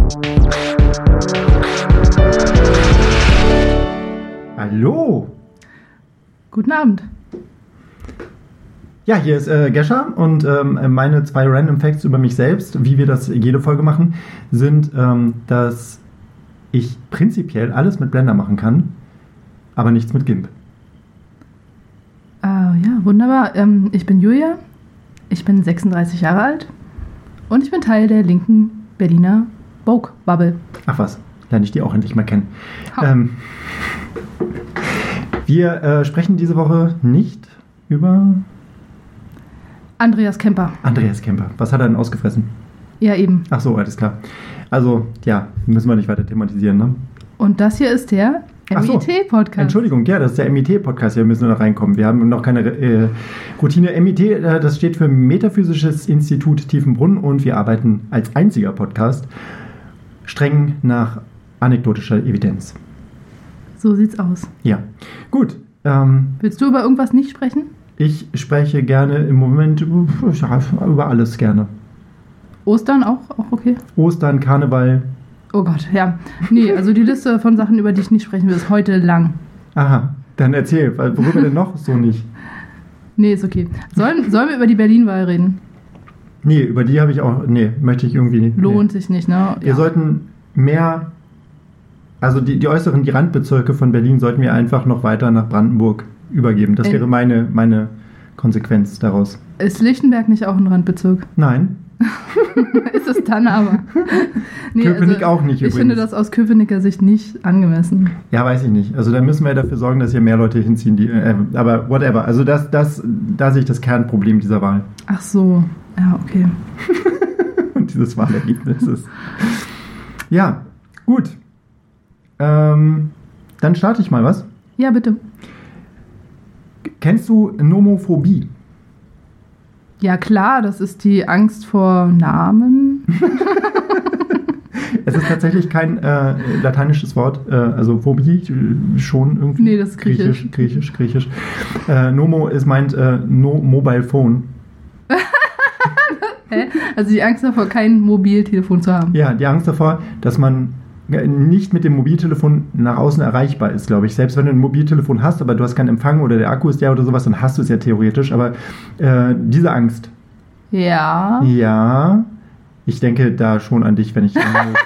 Hallo. Guten Abend. Ja, hier ist Gescha und meine 2 Random Facts über mich selbst, wie wir das jede Folge machen, sind, dass ich prinzipiell alles mit Blender machen kann, aber nichts mit GIMP. Ja, wunderbar. Ich bin Julia, ich bin 36 Jahre alt und ich bin Teil der linken Berliner Vogue-Bubble. Ach was, lerne ich die auch endlich mal kennen. Ha. Wir sprechen diese Woche nicht über... Andreas Kemper. Andreas Kemper. Was hat er denn ausgefressen? Ja, eben. Ach so, alles klar. Also, ja, müssen wir nicht weiter thematisieren, ne? Und das hier ist der MIT-Podcast. Entschuldigung, ja, das ist der MIT-Podcast. Hier müssen wir noch reinkommen. Wir haben noch keine Routine. MIT, das steht für Metaphysisches Institut Tiefenbrunn und wir arbeiten als einziger Podcast streng nach anekdotischer Evidenz. So sieht's aus. Ja, gut. Willst du über irgendwas nicht sprechen? Ich spreche gerne im Moment über alles gerne. Ostern auch okay? Ostern, Karneval. Oh Gott, ja. Nee, also die Liste von Sachen, über die ich nicht sprechen will, ist heute lang. Aha, dann erzähl, worüber denn noch so nicht? Nee, ist okay. Sollen wir über die Berlin-Wahl reden? Nee, über die habe ich auch, möchte ich irgendwie nicht. Lohnt sich nicht, ne? Wir sollten mehr, also die Randbezirke von Berlin sollten wir einfach noch weiter nach Brandenburg übergeben. Das wäre meine Konsequenz daraus. Ist Lichtenberg nicht auch ein Randbezirk? Nein. Ist es dann aber. Nee, Köpenick auch nicht übrigens. Ich finde das aus Köpenicker Sicht nicht angemessen. Ja, weiß ich nicht. Also da müssen wir dafür sorgen, dass hier mehr Leute hinziehen, die, aber whatever. Also da sehe ich das Kernproblem dieser Wahl. Ach so, ja, okay. Und dieses Wahlergebnis ist. Ja, gut. Dann starte ich mal was. Ja, bitte. Kennst du Nomophobie? Ja, klar, das ist die Angst vor Namen. Es ist tatsächlich kein lateinisches Wort, also Phobie schon irgendwie. Nee, das ist griechisch. Griechisch. Nomo meint no mobile phone. Hä? Also die Angst davor, kein Mobiltelefon zu haben. Ja, die Angst davor, dass man nicht mit dem Mobiltelefon nach außen erreichbar ist, glaube ich. Selbst wenn du ein Mobiltelefon hast, aber du hast keinen Empfang oder der Akku ist leer oder sowas, dann hast du es ja theoretisch. Aber diese Angst. Ja. Ja. Ich denke da schon an dich, wenn ich...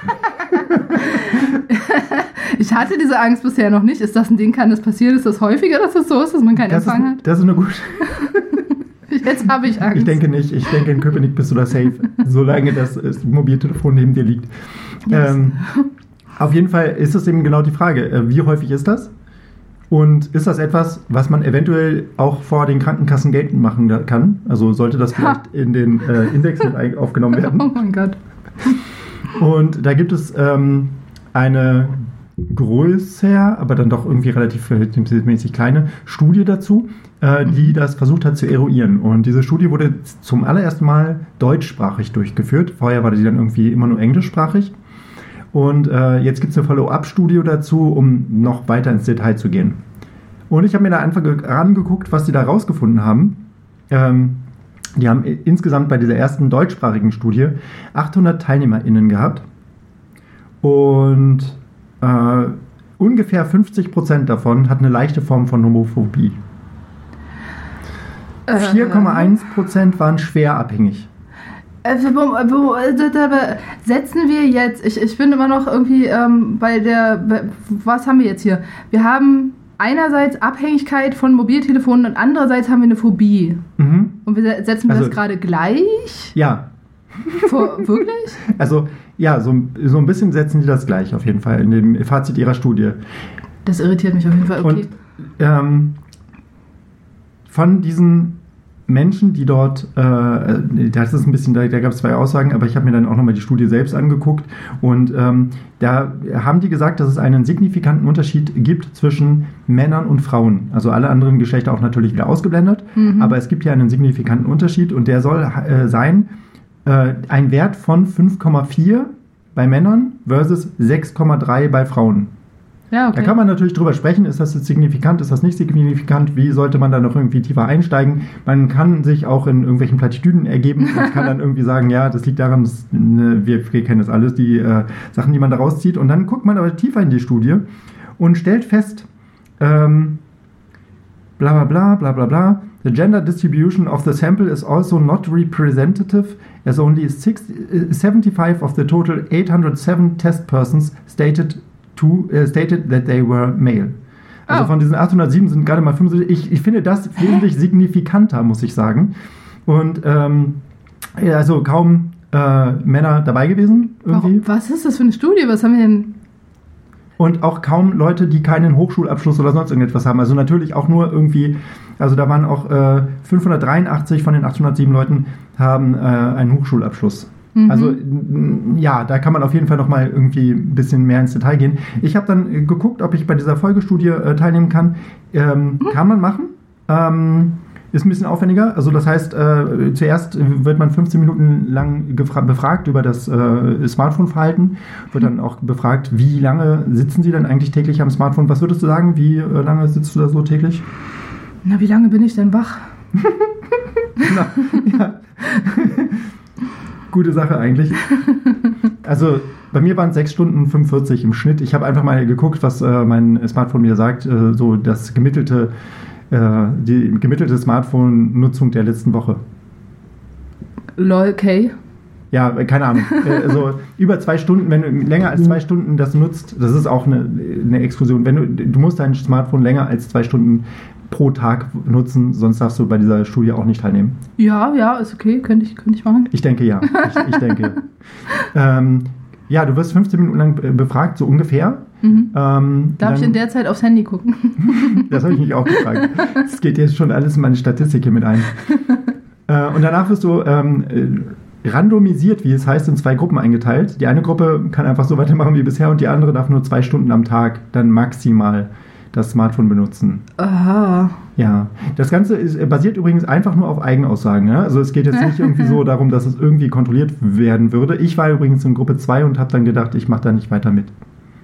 Ich hatte diese Angst bisher noch nicht. Ist das ein Ding, kann das passieren? Ist das häufiger, dass das so ist, dass man keinen Empfang hat? Das ist eine gute... Jetzt habe ich Angst. Ich denke nicht. Ich denke, in Köpenick bist du da safe, solange das Mobiltelefon neben dir liegt. Yes. Auf jeden Fall ist es eben genau die Frage, wie häufig ist das? Und ist das etwas, was man eventuell auch vor den Krankenkassen geltend machen kann? Also sollte das vielleicht in den Index mit aufgenommen werden? Oh mein Gott. Und da gibt es eine größer, aber dann doch irgendwie relativ verhältnismäßig kleine Studie dazu, die das versucht hat zu eruieren. Und diese Studie wurde zum allerersten Mal deutschsprachig durchgeführt. Vorher war die dann irgendwie immer nur englischsprachig. Und jetzt gibt es eine Follow-up-Studie dazu, um noch weiter ins Detail zu gehen. Und ich habe mir da einfach angeguckt, was die da rausgefunden haben. Die haben insgesamt bei dieser ersten deutschsprachigen Studie 800 TeilnehmerInnen gehabt. Und ungefähr 50% davon hat eine leichte Form von Nomophobie. 4,1% waren schwer abhängig. Setzen wir jetzt, ich bin immer noch irgendwie was haben wir jetzt hier? Wir haben einerseits Abhängigkeit von Mobiltelefonen und andererseits haben wir eine Phobie. Mhm. Und wir setzen das gerade gleich? Ja. Wirklich? Also, ja, so ein bisschen setzen die das gleich auf jeden Fall in dem Fazit ihrer Studie. Das irritiert mich auf jeden Fall, okay. Und von diesen Menschen, die dort, das ist ein bisschen, da gab es 2 Aussagen, aber ich habe mir dann auch nochmal die Studie selbst angeguckt und da haben die gesagt, dass es einen signifikanten Unterschied gibt zwischen Männern und Frauen. Also alle anderen Geschlechter auch natürlich wieder ausgeblendet, aber es gibt hier einen signifikanten Unterschied und der soll sein, ein Wert von 5,4 bei Männern versus 6,3 bei Frauen. Ja, okay. Da kann man natürlich drüber sprechen, ist das jetzt signifikant, ist das nicht signifikant, wie sollte man da noch irgendwie tiefer einsteigen. Man kann sich auch in irgendwelchen Plattitüden ergeben und kann dann irgendwie sagen, ja, das liegt daran, dass, wir kennen das alles, die Sachen, die man da rauszieht. Und dann guckt man aber tiefer in die Studie und stellt fest, bla bla bla bla bla bla, the gender distribution of the sample is also not representative, as only 75 of the total 807 test persons stated that they were male. Also von diesen 807 sind gerade mal 75. Ich finde das wesentlich signifikanter, muss ich sagen. Und also kaum Männer dabei gewesen irgendwie. Was ist das für eine Studie? Was haben wir denn? Und auch kaum Leute, die keinen Hochschulabschluss oder sonst irgendetwas haben. Also natürlich auch nur irgendwie, also da waren auch 583 von den 807 Leuten haben einen Hochschulabschluss. Mhm. Also ja, da kann man auf jeden Fall nochmal irgendwie ein bisschen mehr ins Detail gehen. Ich habe dann geguckt, ob ich bei dieser Folgestudie teilnehmen kann. Kann man machen. Ist ein bisschen aufwendiger. Also das heißt, zuerst wird man 15 Minuten lang befragt über das Smartphone-Verhalten. Wird dann auch befragt, wie lange sitzen Sie denn eigentlich täglich am Smartphone? Was würdest du sagen? Wie lange sitzt du da so täglich? Na, wie lange bin ich denn wach? Na, ja. Gute Sache eigentlich. Also bei mir waren es 6 Stunden 45 im Schnitt. Ich habe einfach mal geguckt, was mein Smartphone mir sagt. So das die gemittelte Smartphone-Nutzung der letzten Woche. Lol, okay. Ja, keine Ahnung. Also über 2 Stunden, wenn du länger als 2 Stunden das nutzt, das ist auch eine Explosion. Du musst dein Smartphone länger als 2 Stunden pro Tag nutzen, sonst darfst du bei dieser Studie auch nicht teilnehmen. Ja, ist okay, könnte ich machen. Ich denke ja. Ich denke. Ja, du wirst 15 Minuten lang befragt, so ungefähr. Mhm. Darf ich in der Zeit aufs Handy gucken? Das habe ich mich auch gefragt. Das geht jetzt schon alles in meine Statistik hier mit ein. Und danach wirst du randomisiert, wie es heißt, in 2 Gruppen eingeteilt. Die eine Gruppe kann einfach so weitermachen wie bisher und die andere darf nur 2 Stunden am Tag dann maximal das Smartphone benutzen. Aha. Ja, das Ganze basiert übrigens einfach nur auf Eigenaussagen. Ja? Also es geht jetzt nicht irgendwie so darum, dass es irgendwie kontrolliert werden würde. Ich war übrigens in Gruppe 2 und habe dann gedacht, ich mache da nicht weiter mit.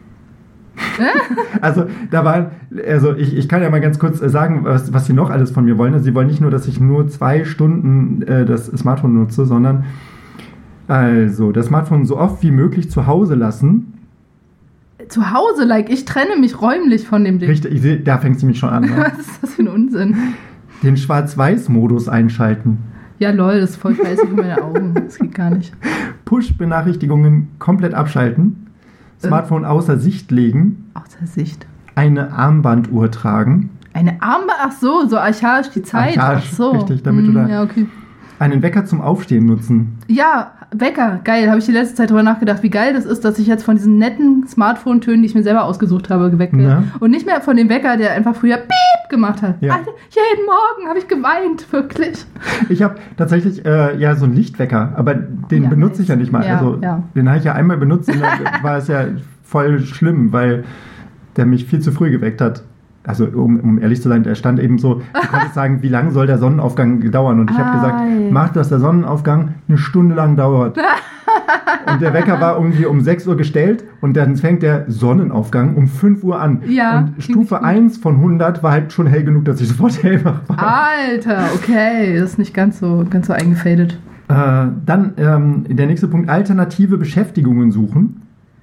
Also ich kann ja mal ganz kurz sagen, was sie noch alles von mir wollen. Also sie wollen nicht nur, dass ich nur 2 Stunden das Smartphone nutze, sondern also das Smartphone so oft wie möglich zu Hause lassen. Zu Hause, ich trenne mich räumlich von dem Ding. Richtig, da fängst du mich schon an. Ne? Was ist das für ein Unsinn? Den Schwarz-Weiß-Modus einschalten. Ja, lol, das ist voll scheiße für meine Augen. Das geht gar nicht. Push-Benachrichtigungen komplett abschalten. Smartphone außer Sicht legen. Außer Sicht. Eine Armbanduhr tragen. Eine Armbanduhr? Ach so archaisch die Zeit. Archaisch, ach so. Richtig, damit du da... Ja, okay. Einen Wecker zum Aufstehen nutzen. Ja, Wecker, geil. Habe ich die letzte Zeit drüber nachgedacht, wie geil das ist, dass ich jetzt von diesen netten Smartphone-Tönen, die ich mir selber ausgesucht habe, geweckt werde. Ja. Und nicht mehr von dem Wecker, der einfach früher Piep gemacht hat. Ja. Alter, jeden Morgen habe ich geweint, wirklich. Ich habe tatsächlich so einen Lichtwecker, aber den benutze ich ja nicht mal. Ja, also, den habe ich ja einmal benutzt und dann war es ja voll schlimm, weil der mich viel zu früh geweckt hat. Also um ehrlich zu sein, der stand eben so, du konntest sagen, wie lange soll der Sonnenaufgang dauern? Und ich habe gesagt, mach, dass der Sonnenaufgang 1 Stunde lang dauert. Und der Wecker war irgendwie um 6 Uhr gestellt und dann fängt der Sonnenaufgang um 5 Uhr an. Ja, und Stufe 1 von 100 war halt schon hell genug, dass ich sofort hellwach war. Alter, okay, das ist nicht ganz so eingefadet. Dann der nächste Punkt, alternative Beschäftigungen suchen.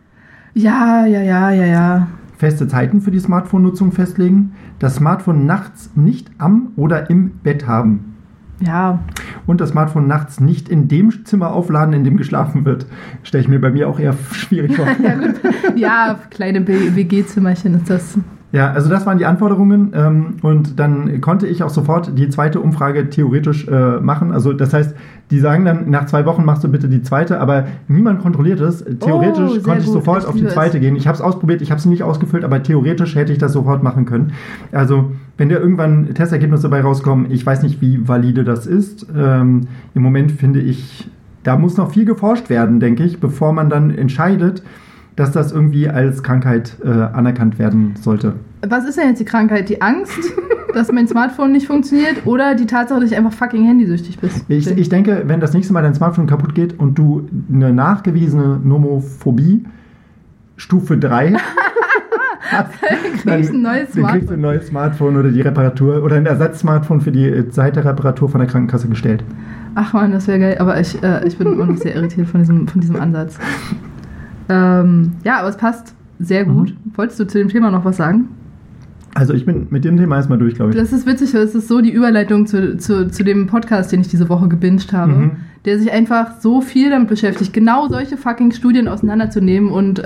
Ja. Feste Zeiten für die Smartphone-Nutzung festlegen. Das Smartphone nachts nicht am oder im Bett haben. Ja. Und das Smartphone nachts nicht in dem Zimmer aufladen, in dem geschlafen wird. Stelle ich mir bei mir auch eher schwierig vor. Ja, gut. Ja, kleine WG-Zimmerchen ist das. Ja, also das waren die Anforderungen und dann konnte ich auch sofort die zweite Umfrage theoretisch machen. Also das heißt, die sagen dann, nach 2 Wochen machst du bitte die zweite, aber niemand kontrolliert es. Theoretisch konnte ich sofort auf die zweite gehen. Ich habe es ausprobiert, ich habe sie nicht ausgefüllt, aber theoretisch hätte ich das sofort machen können. Also wenn da irgendwann Testergebnisse dabei rauskommen, ich weiß nicht, wie valide das ist. Im Moment finde ich, da muss noch viel geforscht werden, denke ich, bevor man dann entscheidet, dass das irgendwie als Krankheit anerkannt werden sollte. Was ist denn jetzt die Krankheit? Die Angst, dass mein Smartphone nicht funktioniert oder die Tatsache, dass ich einfach fucking handysüchtig bin? Ich denke, wenn das nächste Mal dein Smartphone kaputt geht und du eine nachgewiesene Nomophobie Stufe 3 kriegst du ein neues Dann kriegst du ein neues Smartphone oder die Reparatur oder ein Ersatz-Smartphone für die Zeit der Reparatur von der Krankenkasse gestellt. Ach man, das wäre geil. Aber ich bin immer noch sehr irritiert von diesem Ansatz. Ja, aber es passt sehr gut. Wolltest du zu dem Thema noch was sagen? Also ich bin mit dem Thema erstmal durch, glaube ich. Das ist witzig, weil es ist so die Überleitung zu dem Podcast, den ich diese Woche gebinged habe, der sich einfach so viel damit beschäftigt, genau solche fucking Studien auseinanderzunehmen und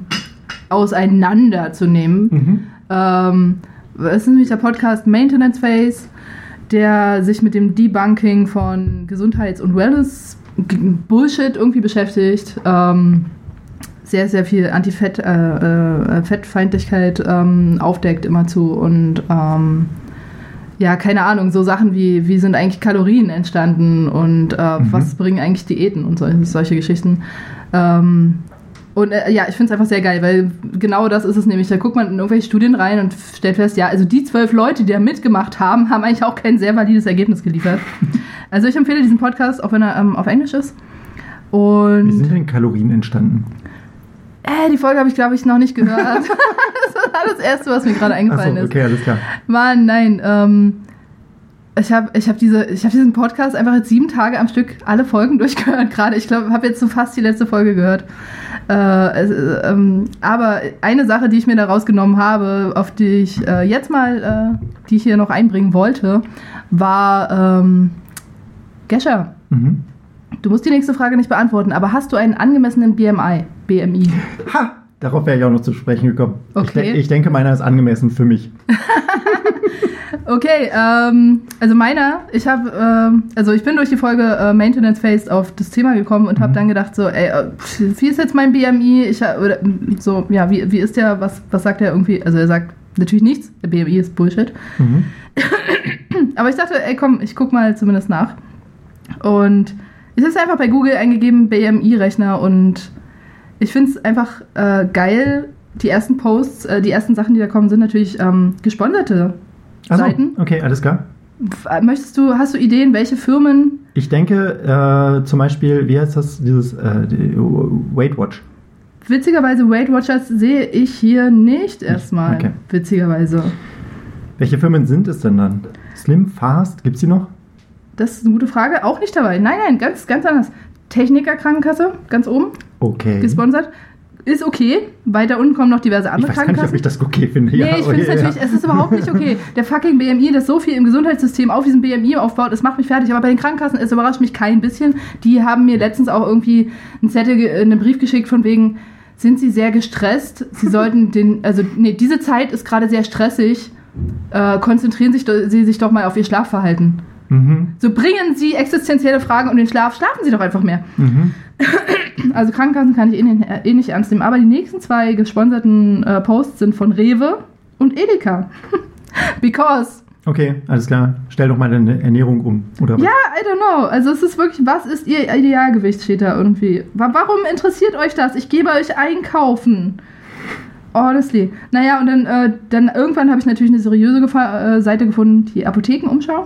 auseinanderzunehmen. Es ist nämlich der Podcast Maintenance Phase, der sich mit dem Debunking von Gesundheits- und Wellness-Bullshit irgendwie beschäftigt. Sehr, sehr viel Fettfeindlichkeit aufdeckt immerzu und ja, keine Ahnung, so Sachen wie sind eigentlich Kalorien entstanden und was bringen eigentlich Diäten und solche Geschichten. Und ja, ich finde es einfach sehr geil, weil genau das ist es nämlich. Da guckt man in irgendwelche Studien rein und stellt fest, ja, also die 12 Leute, die da mitgemacht haben, haben eigentlich auch kein sehr valides Ergebnis geliefert. Also ich empfehle diesen Podcast, auch wenn er auf Englisch ist. Und wie sind denn Kalorien entstanden? Die Folge habe ich, glaube ich, noch nicht gehört. Das war das Erste, was mir gerade eingefallen ist. Okay, alles klar. Mann, nein. Ich hab diesen Podcast einfach jetzt 7 Tage am Stück alle Folgen durchgehört gerade. Ich glaube, habe jetzt so fast die letzte Folge gehört. Aber eine Sache, die ich mir da rausgenommen habe, auf die ich jetzt mal die ich hier noch einbringen wollte, war Gescher. Du musst die nächste Frage nicht beantworten, aber hast du einen angemessenen BMI? Ha! Darauf wäre ich auch noch zu sprechen gekommen. Okay. Ich denke, meiner ist angemessen für mich. Okay, also meiner, ich bin durch die Folge Maintenance Phase auf das Thema gekommen und habe dann gedacht so, ey, wie ist jetzt mein BMI? Wie ist der, was sagt der irgendwie? Also er sagt natürlich nichts, der BMI ist Bullshit. Aber ich dachte, ey komm, ich guck mal zumindest nach. Und ich habe einfach bei Google eingegeben, BMI-Rechner, und ich finde es einfach geil. Die ersten Posts, die ersten Sachen, die da kommen, sind natürlich gesponserte Seiten. Okay, alles klar. Hast du Ideen, welche Firmen? Ich denke zum Beispiel, wie heißt das, dieses Weight Watch. Witzigerweise, Weight Watchers sehe ich hier nicht erstmal. Okay. Witzigerweise. Welche Firmen sind es denn dann? Slim, Fast, gibt's die noch? Das ist eine gute Frage. Auch nicht dabei. Nein, ganz, ganz anders. Techniker Krankenkasse, ganz oben. Okay. Gesponsert. Ist okay. Weiter unten kommen noch diverse andere Krankenkassen. Ich weiß gar nicht, ob ich das okay finde. Nee, ich finde es natürlich, es ist überhaupt nicht okay. Der fucking BMI, das so viel im Gesundheitssystem auf diesem BMI aufbaut, das macht mich fertig. Aber bei den Krankenkassen, es überrascht mich kein bisschen. Die haben mir letztens auch irgendwie einen Brief geschickt von wegen, sind Sie sehr gestresst? Sie sollten diese Zeit ist gerade sehr stressig. Konzentrieren Sie sich doch mal auf Ihr Schlafverhalten. So, bringen Sie existenzielle Fragen um den Schlaf, schlafen Sie doch einfach mehr. Also Krankenkassen kann ich nicht ernst nehmen. Aber die nächsten 2 gesponserten Posts sind von Rewe und Edeka. Because. Okay, alles klar. Stell doch mal deine Ernährung um, oder was? Ja, I don't know. Also es ist wirklich, was ist Ihr Idealgewicht, steht da irgendwie. Warum interessiert euch das? Ich gehe bei euch einkaufen. Honestly. Naja, und dann irgendwann habe ich natürlich eine seriöse Seite gefunden, die Apothekenumschau.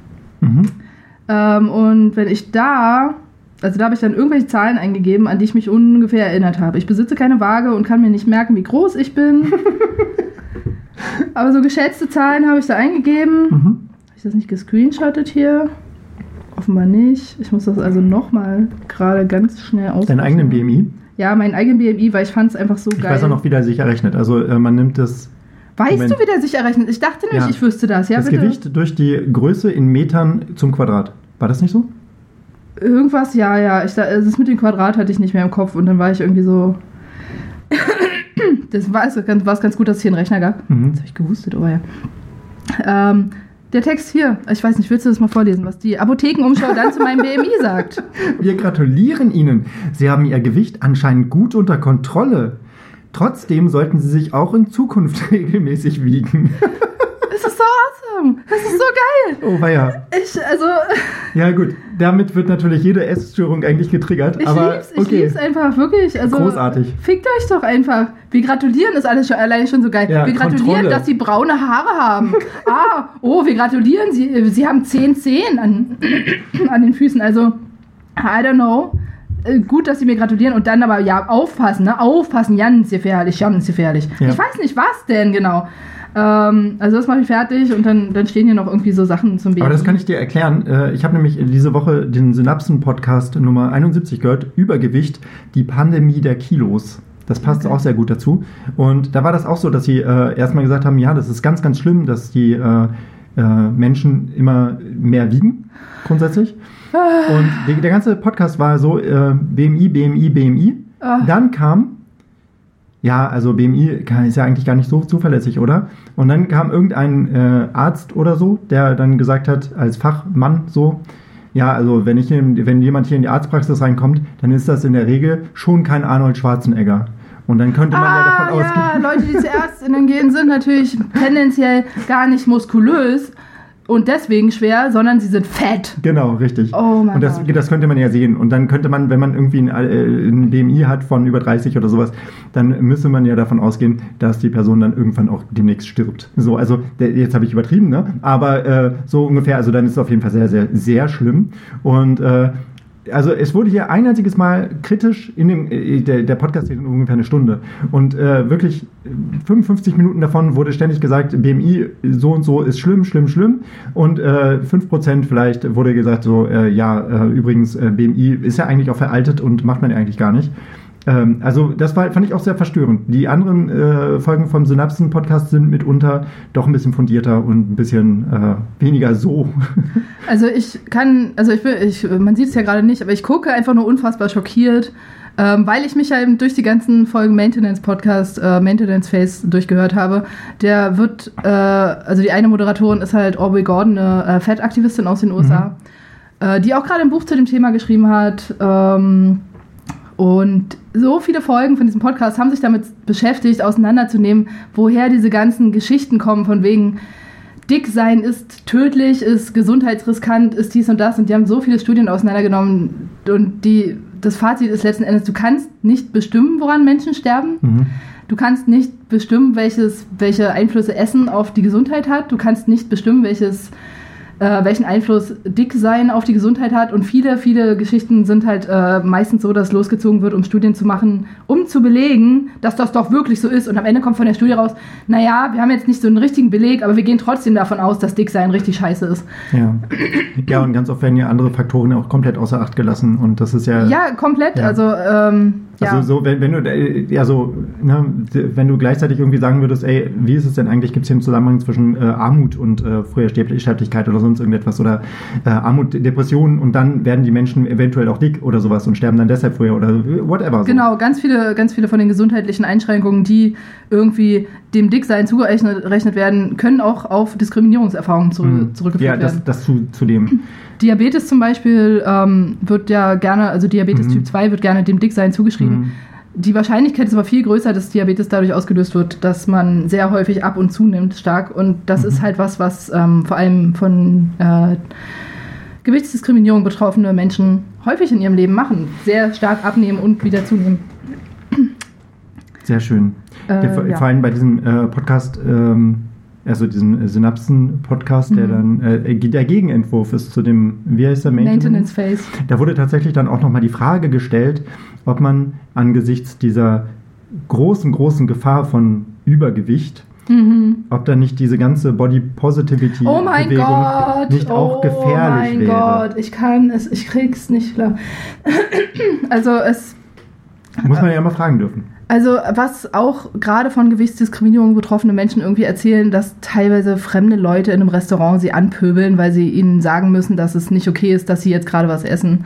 Und wenn ich da habe ich dann irgendwelche Zahlen eingegeben, an die ich mich ungefähr erinnert habe. Ich besitze keine Waage und kann mir nicht merken, wie groß ich bin. Aber so geschätzte Zahlen habe ich da eingegeben. Habe ich das nicht gescreenshottet hier? Offenbar nicht. Ich muss das also nochmal gerade ganz schnell ausrechnen. Deinen eigenen BMI? Ja, meinen eigenen BMI, weil ich fand es einfach so geil. Ich weiß auch noch, wie der sich errechnet. Also man nimmt das... Weißt du, wie der sich errechnet? Ich dachte nämlich, ich wüsste das. Ja, das bitte. Gewicht durch die Größe in Metern zum Quadrat. War das nicht so? Irgendwas, ja. Das mit dem Quadrat hatte ich nicht mehr im Kopf und dann war ich irgendwie so... Das war es ganz gut, dass es hier einen Rechner gab. Jetzt habe ich gehustet, oh ja. Der Text hier, ich weiß nicht, willst du das mal vorlesen, was die Apothekenumschau dann zu meinem BMI sagt? Wir gratulieren Ihnen. Sie haben Ihr Gewicht anscheinend gut unter Kontrolle. Trotzdem sollten Sie sich auch in Zukunft regelmäßig wiegen. Das ist so awesome. Das ist so geil. Oh, weia. Ja gut, damit wird natürlich jede Essstörung eigentlich getriggert. Ich lieb's einfach, wirklich. Also, großartig. Fickt euch doch einfach. Wir gratulieren, ist alles alleine schon so geil. Ja, wir gratulieren, Kontrolle. Dass Sie braune Haare haben. Wir gratulieren, Sie haben 10 Zehen an den Füßen. Also, I don't know. gut, dass sie mir gratulieren und dann aber, ja, aufpassen, ganz gefährlich. Ja. Ich weiß nicht, was denn genau. Also das mache ich fertig und dann stehen hier noch irgendwie so Sachen zum BMI. Aber das kann ich dir erklären. Ich habe nämlich diese Woche den Synapsen-Podcast Nummer 71 gehört, Übergewicht, die Pandemie der Kilos. Das passt auch sehr gut dazu. Und da war das auch so, dass sie erstmal gesagt haben, ja, das ist ganz, ganz schlimm, dass die Menschen immer mehr wiegen, grundsätzlich. Und der ganze Podcast war so, BMI. Dann kam, ja, also BMI ist ja eigentlich gar nicht so zuverlässig, oder? Und dann kam irgendein Arzt oder so, der dann gesagt hat, als Fachmann so, ja, also wenn jemand hier in die Arztpraxis reinkommt, dann ist das in der Regel schon kein Arnold Schwarzenegger. Und dann könnte man ja davon ausgehen. Ja, Leute, die zu Ärztinnen gehen, sind natürlich tendenziell gar nicht muskulös und deswegen schwer, sondern sie sind fett. Genau, richtig. Oh mein Gott. Und das könnte man ja sehen. Und dann könnte man, wenn man irgendwie ein BMI hat von über 30 oder sowas, dann müsste man ja davon ausgehen, dass die Person dann irgendwann auch demnächst stirbt. So, also jetzt habe ich übertrieben, ne? Aber so ungefähr, also dann ist es auf jeden Fall sehr, sehr, sehr schlimm. Und also es wurde hier ein einziges Mal kritisch der Podcast geht ungefähr eine Stunde und wirklich 55 Minuten davon wurde ständig gesagt, BMI so und so ist schlimm und 5% vielleicht wurde gesagt so, übrigens BMI ist ja eigentlich auch veraltet und macht man ja eigentlich gar nicht. Also das fand ich auch sehr verstörend. Die anderen Folgen vom Synapsen-Podcast sind mitunter doch ein bisschen fundierter und ein bisschen weniger so. Also man sieht es ja gerade nicht, aber ich gucke einfach nur unfassbar schockiert, weil ich mich ja eben durch die ganzen Folgen Maintenance-Podcast, Maintenance Face durchgehört habe. Der wird, also die eine Moderatorin ist halt Aubrey Gordon, eine Fettaktivistin aus den USA, die auch gerade ein Buch zu dem Thema geschrieben hat. Und so viele Folgen von diesem Podcast haben sich damit beschäftigt, auseinanderzunehmen, woher diese ganzen Geschichten kommen, von wegen dick sein ist tödlich, ist gesundheitsriskant, ist dies und das. Und die haben so viele Studien auseinandergenommen. Und das Fazit ist letzten Endes, du kannst nicht bestimmen, woran Menschen sterben. Du kannst nicht bestimmen, welche Einflüsse Essen auf die Gesundheit hat. Du kannst nicht bestimmen, welchen Einfluss Dicksein auf die Gesundheit hat. Und viele, viele Geschichten sind halt meistens so, dass losgezogen wird, um Studien zu machen, um zu belegen, dass das doch wirklich so ist. Und am Ende kommt von der Studie raus, naja, wir haben jetzt nicht so einen richtigen Beleg, aber wir gehen trotzdem davon aus, dass Dicksein richtig scheiße ist. Ja, und ganz oft werden ja andere Faktoren auch komplett außer Acht gelassen. Und das ist ja... Ja, komplett. Ja. Also, so, wenn du gleichzeitig irgendwie sagen würdest, ey, wie ist es denn eigentlich, gibt es hier einen Zusammenhang zwischen Armut und früher Sterblichkeit oder sonst irgendetwas oder Armut, Depressionen und dann werden die Menschen eventuell auch dick oder sowas und sterben dann deshalb früher oder whatever. So. Genau, ganz viele von den gesundheitlichen Einschränkungen, die irgendwie dem Dicksein zugerechnet werden, können auch auf Diskriminierungserfahrungen zurückgeführt werden. Ja, das zu dem. Diabetes zum Beispiel wird ja gerne, also Diabetes Typ 2 wird gerne dem Dicksein zugeschrieben. Die Wahrscheinlichkeit ist aber viel größer, dass Diabetes dadurch ausgelöst wird, dass man sehr häufig ab und zunimmt stark. Und das ist halt was vor allem von Gewichtsdiskriminierung betroffene Menschen häufig in ihrem Leben machen. Sehr stark abnehmen und wieder zunehmen. Sehr schön. Vor allem bei diesem Podcast, also diesem Synapsen-Podcast, der dann der Gegenentwurf ist zu dem, wie heißt der, Maintenance Phase. Da wurde tatsächlich dann auch nochmal die Frage gestellt, ob man angesichts dieser großen Gefahr von Übergewicht, ob dann nicht diese ganze Body-Positivity-Bewegung nicht auch gefährlich wäre. Oh mein Gott, ich krieg's nicht klar. Also muss man ja mal fragen dürfen. Also was auch gerade von Gewichtsdiskriminierung betroffene Menschen irgendwie erzählen, dass teilweise fremde Leute in einem Restaurant sie anpöbeln, weil sie ihnen sagen müssen, dass es nicht okay ist, dass sie jetzt gerade was essen.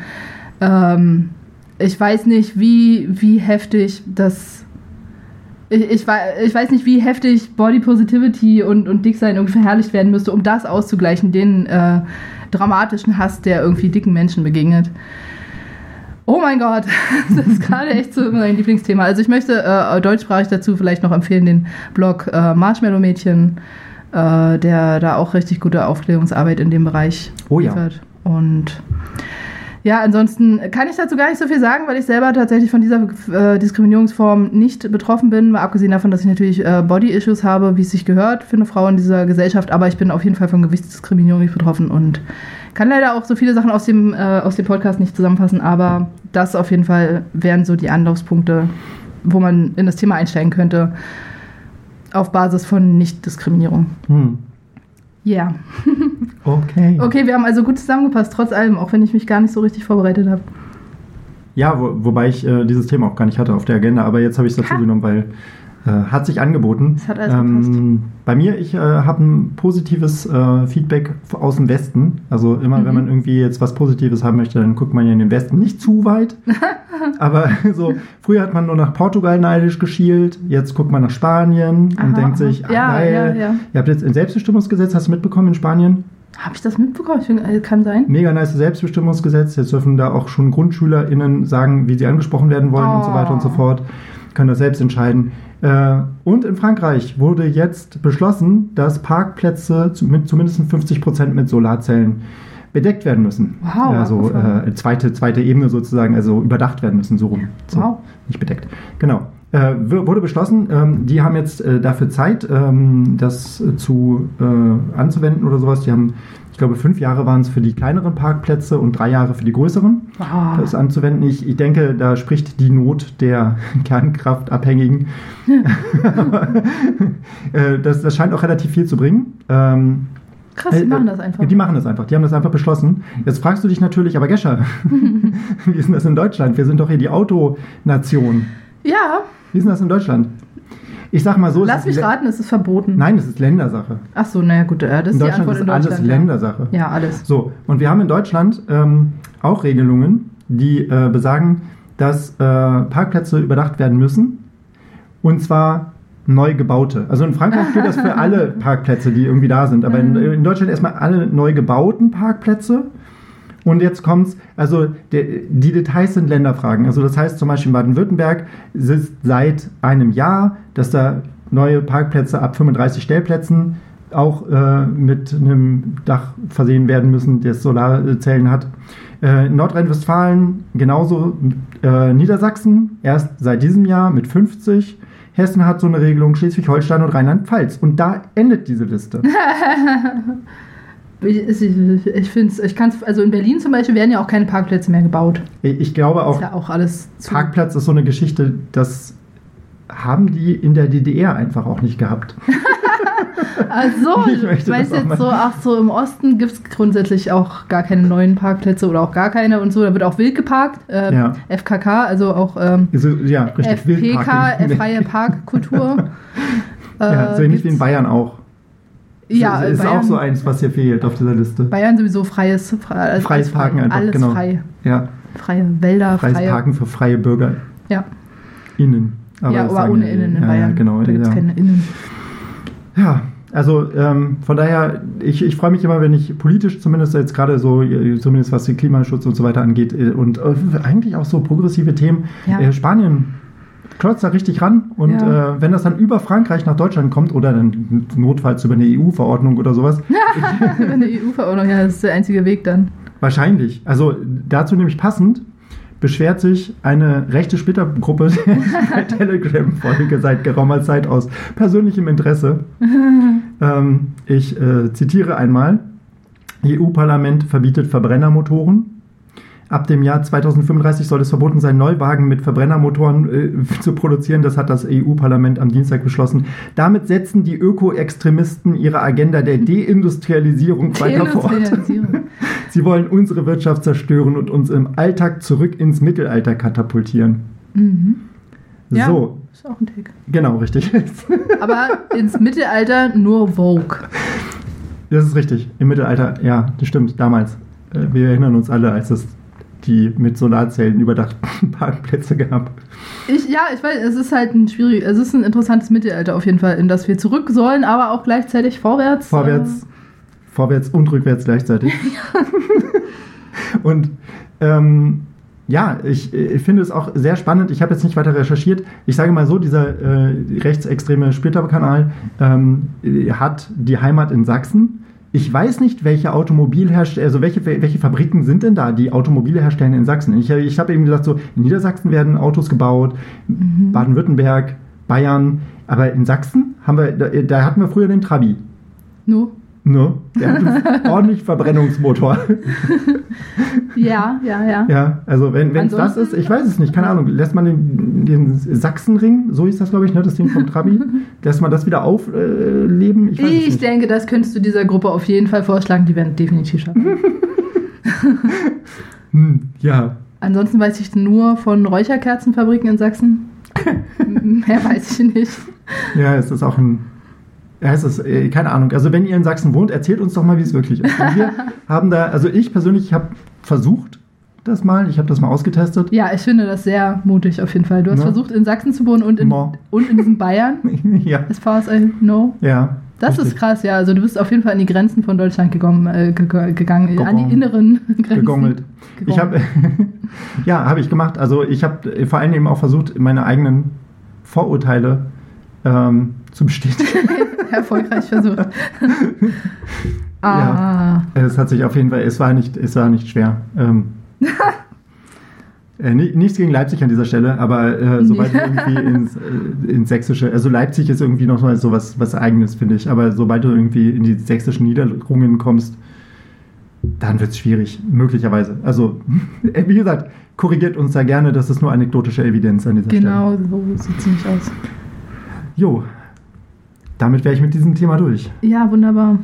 Ich weiß nicht, wie heftig das... Ich weiß nicht, wie heftig Body Positivity und Dicksein irgendwie verherrlicht werden müsste, um das auszugleichen, den dramatischen Hass, der irgendwie dicken Menschen begegnet. Oh mein Gott, das ist gerade echt so mein Lieblingsthema. Also ich möchte deutschsprachig dazu vielleicht noch empfehlen den Blog Marshmallow Mädchen, der da auch richtig gute Aufklärungsarbeit in dem Bereich liefert. Und ja, ansonsten kann ich dazu gar nicht so viel sagen, weil ich selber tatsächlich von dieser Diskriminierungsform nicht betroffen bin, mal abgesehen davon, dass ich natürlich Body-Issues habe, wie es sich gehört für eine Frau in dieser Gesellschaft, aber ich bin auf jeden Fall von Gewichtsdiskriminierung nicht betroffen und Kann leider auch so viele Sachen aus dem Podcast nicht zusammenfassen, aber das auf jeden Fall wären so die Anlaufspunkte, wo man in das Thema einsteigen könnte, auf Basis von Nichtdiskriminierung. Ja. Okay. Okay, wir haben also gut zusammengepasst, trotz allem, auch wenn ich mich gar nicht so richtig vorbereitet habe. Ja, wobei ich dieses Thema auch gar nicht hatte auf der Agenda, aber jetzt habe ich es dazu genommen, weil hat sich angeboten. Es hat alles gepasst. Bei mir, ich habe ein positives Feedback aus dem Westen. Also immer, wenn man irgendwie jetzt was Positives haben möchte, dann guckt man ja in den Westen. Nicht zu weit, aber so, früher hat man nur nach Portugal neidisch geschielt, jetzt guckt man nach Spanien und denkt sich, geil, ihr habt jetzt ein Selbstbestimmungsgesetz, hast du mitbekommen in Spanien? Habe ich das mitbekommen? Kann sein. Mega nice Selbstbestimmungsgesetz. Jetzt dürfen da auch schon GrundschülerInnen sagen, wie sie angesprochen werden wollen und so weiter und so fort. Können das selbst entscheiden. Und in Frankreich wurde jetzt beschlossen, dass Parkplätze mit zumindest 50% mit Solarzellen bedeckt werden müssen. Wow. Also zweite Ebene sozusagen, also überdacht werden müssen, so rum. So, wow. Nicht bedeckt. Genau. Wurde beschlossen, die haben jetzt dafür Zeit, das anzuwenden oder sowas. Die haben, ich glaube, 5 Jahre waren es für die kleineren Parkplätze und 3 Jahre für die größeren, das anzuwenden. Ich denke, da spricht die Not der Kernkraftabhängigen. Das scheint auch relativ viel zu bringen. Krass, die machen das einfach. Die machen das einfach. Die haben das einfach beschlossen. Jetzt fragst du dich natürlich, aber Gescha, wie ist denn das in Deutschland? Wir sind doch hier die Autonation. Ja. Wie ist denn das in Deutschland? Ich sag mal so... Lass mich raten, es ist verboten. Nein, es ist Ländersache. Ach so, naja gut, das ist die Antwort in Deutschland. Alles Ländersache. Ja, alles. So, und wir haben in Deutschland auch Regelungen, die besagen, dass Parkplätze überdacht werden müssen. Und zwar neu gebaute. Also in Frankreich gilt das für alle Parkplätze, die irgendwie da sind. Aber in Deutschland erstmal alle neu gebauten Parkplätze. Und jetzt kommt's, also die Details sind Länderfragen. Also das heißt zum Beispiel in Baden-Württemberg ist seit einem Jahr, dass da neue Parkplätze ab 35 Stellplätzen auch mit einem Dach versehen werden müssen, das Solarzellen hat. In Nordrhein-Westfalen genauso, Niedersachsen erst seit diesem Jahr mit 50. Hessen hat so eine Regelung, Schleswig-Holstein und Rheinland-Pfalz. Und da endet diese Liste. Ich finde es, also in Berlin zum Beispiel werden ja auch keine Parkplätze mehr gebaut. Ich glaube auch, ist ja auch alles Parkplatz ist so eine Geschichte, das haben die in der DDR einfach auch nicht gehabt. Also, ich weiß jetzt so im Osten gibt es grundsätzlich auch gar keine neuen Parkplätze oder auch gar keine und so. Da wird auch wild geparkt. FKK, also auch ja, richtig, FPK, freie Parkkultur. Ja, so ähnlich wie in Bayern auch. Ja, ist Bayern, auch so eins, was hier fehlt auf dieser Liste. Bayern sowieso freies Parken einfach, alles genau. Frei. Ja. Freie Wälder, freies Parken für freie Bürger. Ja. Innen. Aber ohne Innen in Bayern. Ja, genau. Da gibt es keine Innen. Ja, also von daher, ich freue mich immer, wenn ich politisch zumindest jetzt gerade so, zumindest was den Klimaschutz und so weiter angeht und eigentlich auch so progressive Themen, Spanien klotzt da richtig ran und wenn das dann über Frankreich nach Deutschland kommt oder dann notfalls über eine EU-Verordnung oder sowas. Über eine EU-Verordnung, ja, das ist der einzige Weg dann. Wahrscheinlich. Also dazu nämlich passend beschwert sich eine rechte Splittergruppe bei Telegram-Folge seit geraumer Zeit aus persönlichem Interesse. Ich zitiere einmal. EU-Parlament verbietet Verbrennermotoren. Ab dem Jahr 2035 soll es verboten sein, Neuwagen mit Verbrennermotoren zu produzieren. Das hat das EU-Parlament am Dienstag beschlossen. Damit setzen die Öko-Extremisten ihre Agenda der Deindustrialisierung weiter fort. Sie wollen unsere Wirtschaft zerstören und uns im Alltag zurück ins Mittelalter katapultieren. Mhm. Ja, so. Ist auch ein Tick. Genau, richtig. Aber ins Mittelalter nur Vogue. Das ist richtig. Im Mittelalter, ja, das stimmt, damals. Wir erinnern uns alle, als es die mit Solarzellen überdachten Parkplätze gab. Ich weiß, es ist halt ein interessantes Mittelalter auf jeden Fall, in das wir zurück sollen, aber auch gleichzeitig vorwärts. Vorwärts und rückwärts gleichzeitig. Und ich finde es auch sehr spannend. Ich habe jetzt nicht weiter recherchiert. Ich sage mal so, dieser rechtsextreme Splitterkanal hat die Heimat in Sachsen. Ich weiß nicht, welche Automobilhersteller, also welche Fabriken sind denn da, die Automobile herstellen in Sachsen? Ich habe eben gesagt, so in Niedersachsen werden Autos gebaut, Baden-Württemberg, Bayern, aber in Sachsen da hatten wir früher den Trabi. No. Ne? Der hat einen ordentlich Verbrennungsmotor. Ja. Ja, also wenn es das ist, ich weiß es nicht, keine Ahnung, lässt man den Sachsenring, so ist das, glaube ich, ne, das Ding vom Trabi, lässt man das wieder aufleben? Ich denke, das könntest du dieser Gruppe auf jeden Fall vorschlagen, die werden definitiv schaffen. Ja. Ansonsten weiß ich nur von Räucherkerzenfabriken in Sachsen. Mehr weiß ich nicht. Ja, es ist auch keine Ahnung. Also wenn ihr in Sachsen wohnt, erzählt uns doch mal, wie es wirklich ist. Wir haben da, also ich persönlich habe versucht das mal, ich habe das mal ausgetestet. Ja, ich finde das sehr mutig auf jeden Fall. Du hast versucht, in Sachsen zu wohnen und in diesem Bayern. Ja. As far as I know. Ja. Das ist krass, ja. Also du bist auf jeden Fall an die Grenzen von Deutschland gegangen, an die inneren Grenzen. Gegongelt. Ich habe, habe ich gemacht. Also ich habe vor allem eben auch versucht, meine eigenen Vorurteile zu bestätigen. Erfolgreich versucht. Ja, es hat sich auf jeden Fall, es war nicht schwer. Nichts gegen Leipzig an dieser Stelle, aber sobald du irgendwie ins Sächsische, also Leipzig ist irgendwie noch mal so was Eigenes, finde ich, aber sobald du irgendwie in die sächsischen Niederungen kommst, dann wird es schwierig, möglicherweise. Also, wie gesagt, korrigiert uns da gerne, das ist nur anekdotische Evidenz an dieser Stelle. Genau, so sieht es nicht aus. Jo, damit wäre ich mit diesem Thema durch. Ja, wunderbar.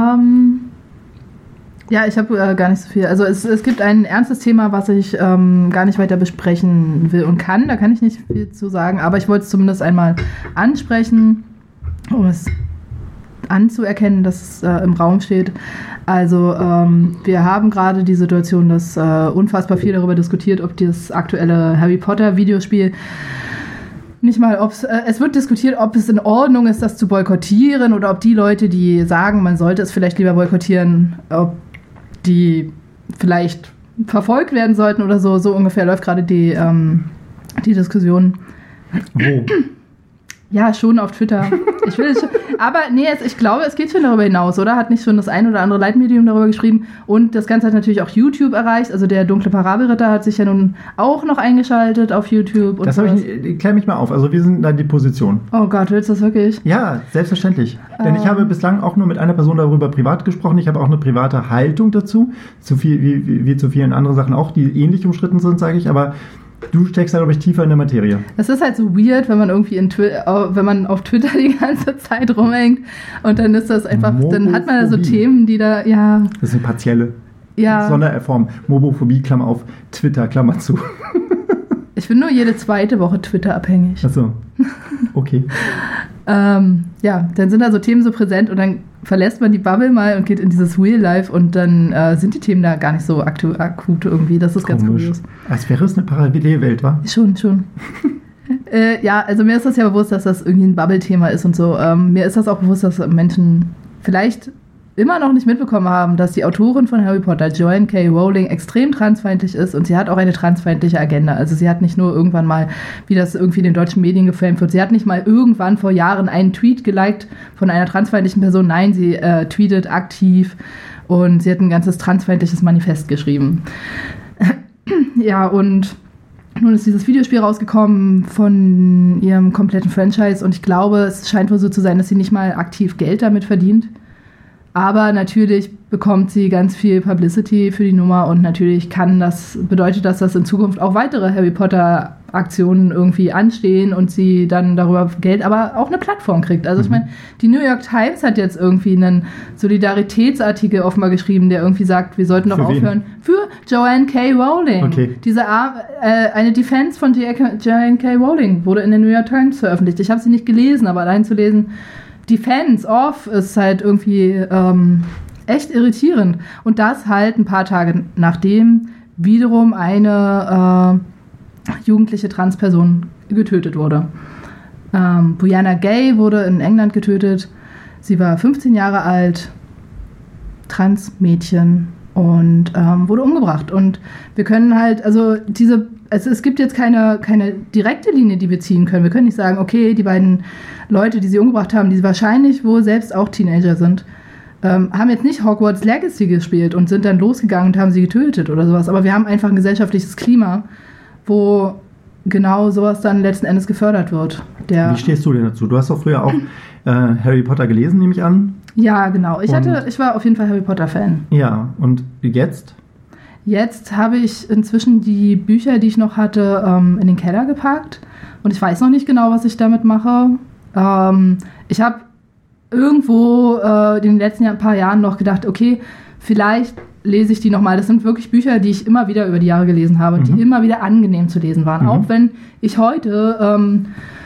Ja, ich habe gar nicht so viel. Also es gibt ein ernstes Thema, was ich gar nicht weiter besprechen will und kann. Da kann ich nicht viel zu sagen, aber ich wollte es zumindest einmal ansprechen, um es anzuerkennen, dass es im Raum steht. Also wir haben gerade die Situation, dass unfassbar viel darüber diskutiert, ob das aktuelle Harry Potter Videospiel nicht mal, es wird diskutiert, ob es in Ordnung ist, das zu boykottieren oder ob die Leute, die sagen, man sollte es vielleicht lieber boykottieren, ob die vielleicht verfolgt werden sollten oder so. So ungefähr läuft gerade die Diskussion. Wo? Ja, schon auf Twitter. Aber nee, ich glaube, es geht schon darüber hinaus, oder? Hat nicht schon das ein oder andere Leitmedium darüber geschrieben? Und das Ganze hat natürlich auch YouTube erreicht. Also der dunkle Parabelritter hat sich ja nun auch noch eingeschaltet auf YouTube. Und das habe ich klär mich mal auf. Also wie sind da die Positionen? Oh Gott, willst du das wirklich? Ja, selbstverständlich. Denn ich habe bislang auch nur mit einer Person darüber privat gesprochen. Ich habe auch eine private Haltung dazu. Wie zu vielen anderen Sachen auch, die ähnlich umstritten sind, sage ich. Aber du steckst da, glaube ich, tiefer in der Materie. Das ist halt so weird, wenn man irgendwie wenn man auf Twitter die ganze Zeit rumhängt und dann ist das einfach, dann hat man da so Themen, die da, ja. Das ist eine partielle Sonderform. Mobophobie, Klammer auf, Twitter, Klammer zu. Ich bin nur jede zweite Woche Twitter abhängig. Ach so, okay. Ja, dann sind da so Themen so präsent und dann verlässt man die Bubble mal und geht in dieses Real Life und dann sind die Themen da gar nicht so akut irgendwie. Das ist ganz kurios. Als wäre es eine Parallelwelt, wa? Schon. Ja, also mir ist das ja bewusst, dass das irgendwie ein Bubble-Thema ist und so. Mir ist das auch bewusst, dass Menschen vielleicht immer noch nicht mitbekommen haben, dass die Autorin von Harry Potter, Joanne K. Rowling, extrem transfeindlich ist und sie hat auch eine transfeindliche Agenda. Also sie hat nicht nur irgendwann mal, wie das irgendwie in den deutschen Medien geframed wird, sie hat nicht mal irgendwann vor Jahren einen Tweet geliked von einer transfeindlichen Person. Nein, sie tweetet aktiv und sie hat ein ganzes transfeindliches Manifest geschrieben. Ja, und nun ist dieses Videospiel rausgekommen von ihrem kompletten Franchise und ich glaube, es scheint wohl so zu sein, dass sie nicht mal aktiv Geld damit verdient. Aber natürlich bekommt sie ganz viel Publicity für die Nummer und natürlich bedeutet das, dass in Zukunft auch weitere Harry Potter Aktionen irgendwie anstehen und sie dann darüber Geld, aber auch eine Plattform kriegt. Also ich meine, die New York Times hat jetzt irgendwie einen Solidaritätsartikel offenbar geschrieben, der irgendwie sagt, wir sollten doch aufhören. Für Joanne K. Rowling. Okay. Eine Defense von Joanne K. Rowling wurde in der New York Times veröffentlicht. Ich habe sie nicht gelesen, aber allein zu lesen, Defense of ist halt irgendwie echt irritierend. Und das halt ein paar Tage nachdem wiederum eine jugendliche Transperson getötet wurde. Brianna Gay wurde in England getötet. Sie war 15 Jahre alt, Transmädchen und wurde umgebracht. Und wir können halt, es gibt jetzt keine direkte Linie, die wir ziehen können. Wir können nicht sagen, okay, die beiden Leute, die sie umgebracht haben, die wahrscheinlich wohl selbst auch Teenager sind, haben jetzt nicht Hogwarts Legacy gespielt und sind dann losgegangen und haben sie getötet oder sowas. Aber wir haben einfach ein gesellschaftliches Klima, wo genau sowas dann letzten Endes gefördert wird. Wie stehst du denn dazu? Du hast doch früher auch Harry Potter gelesen, nehme ich an. Ja, genau. Ich war auf jeden Fall Harry Potter-Fan. Ja, und jetzt? Jetzt habe ich inzwischen die Bücher, die ich noch hatte, in den Keller gepackt. Und ich weiß noch nicht genau, was ich damit mache. Ich habe irgendwo in den letzten paar Jahren noch gedacht, okay, vielleicht lese ich die nochmal. Das sind wirklich Bücher, die ich immer wieder über die Jahre gelesen habe, die immer wieder angenehm zu lesen waren. Auch wenn ich heute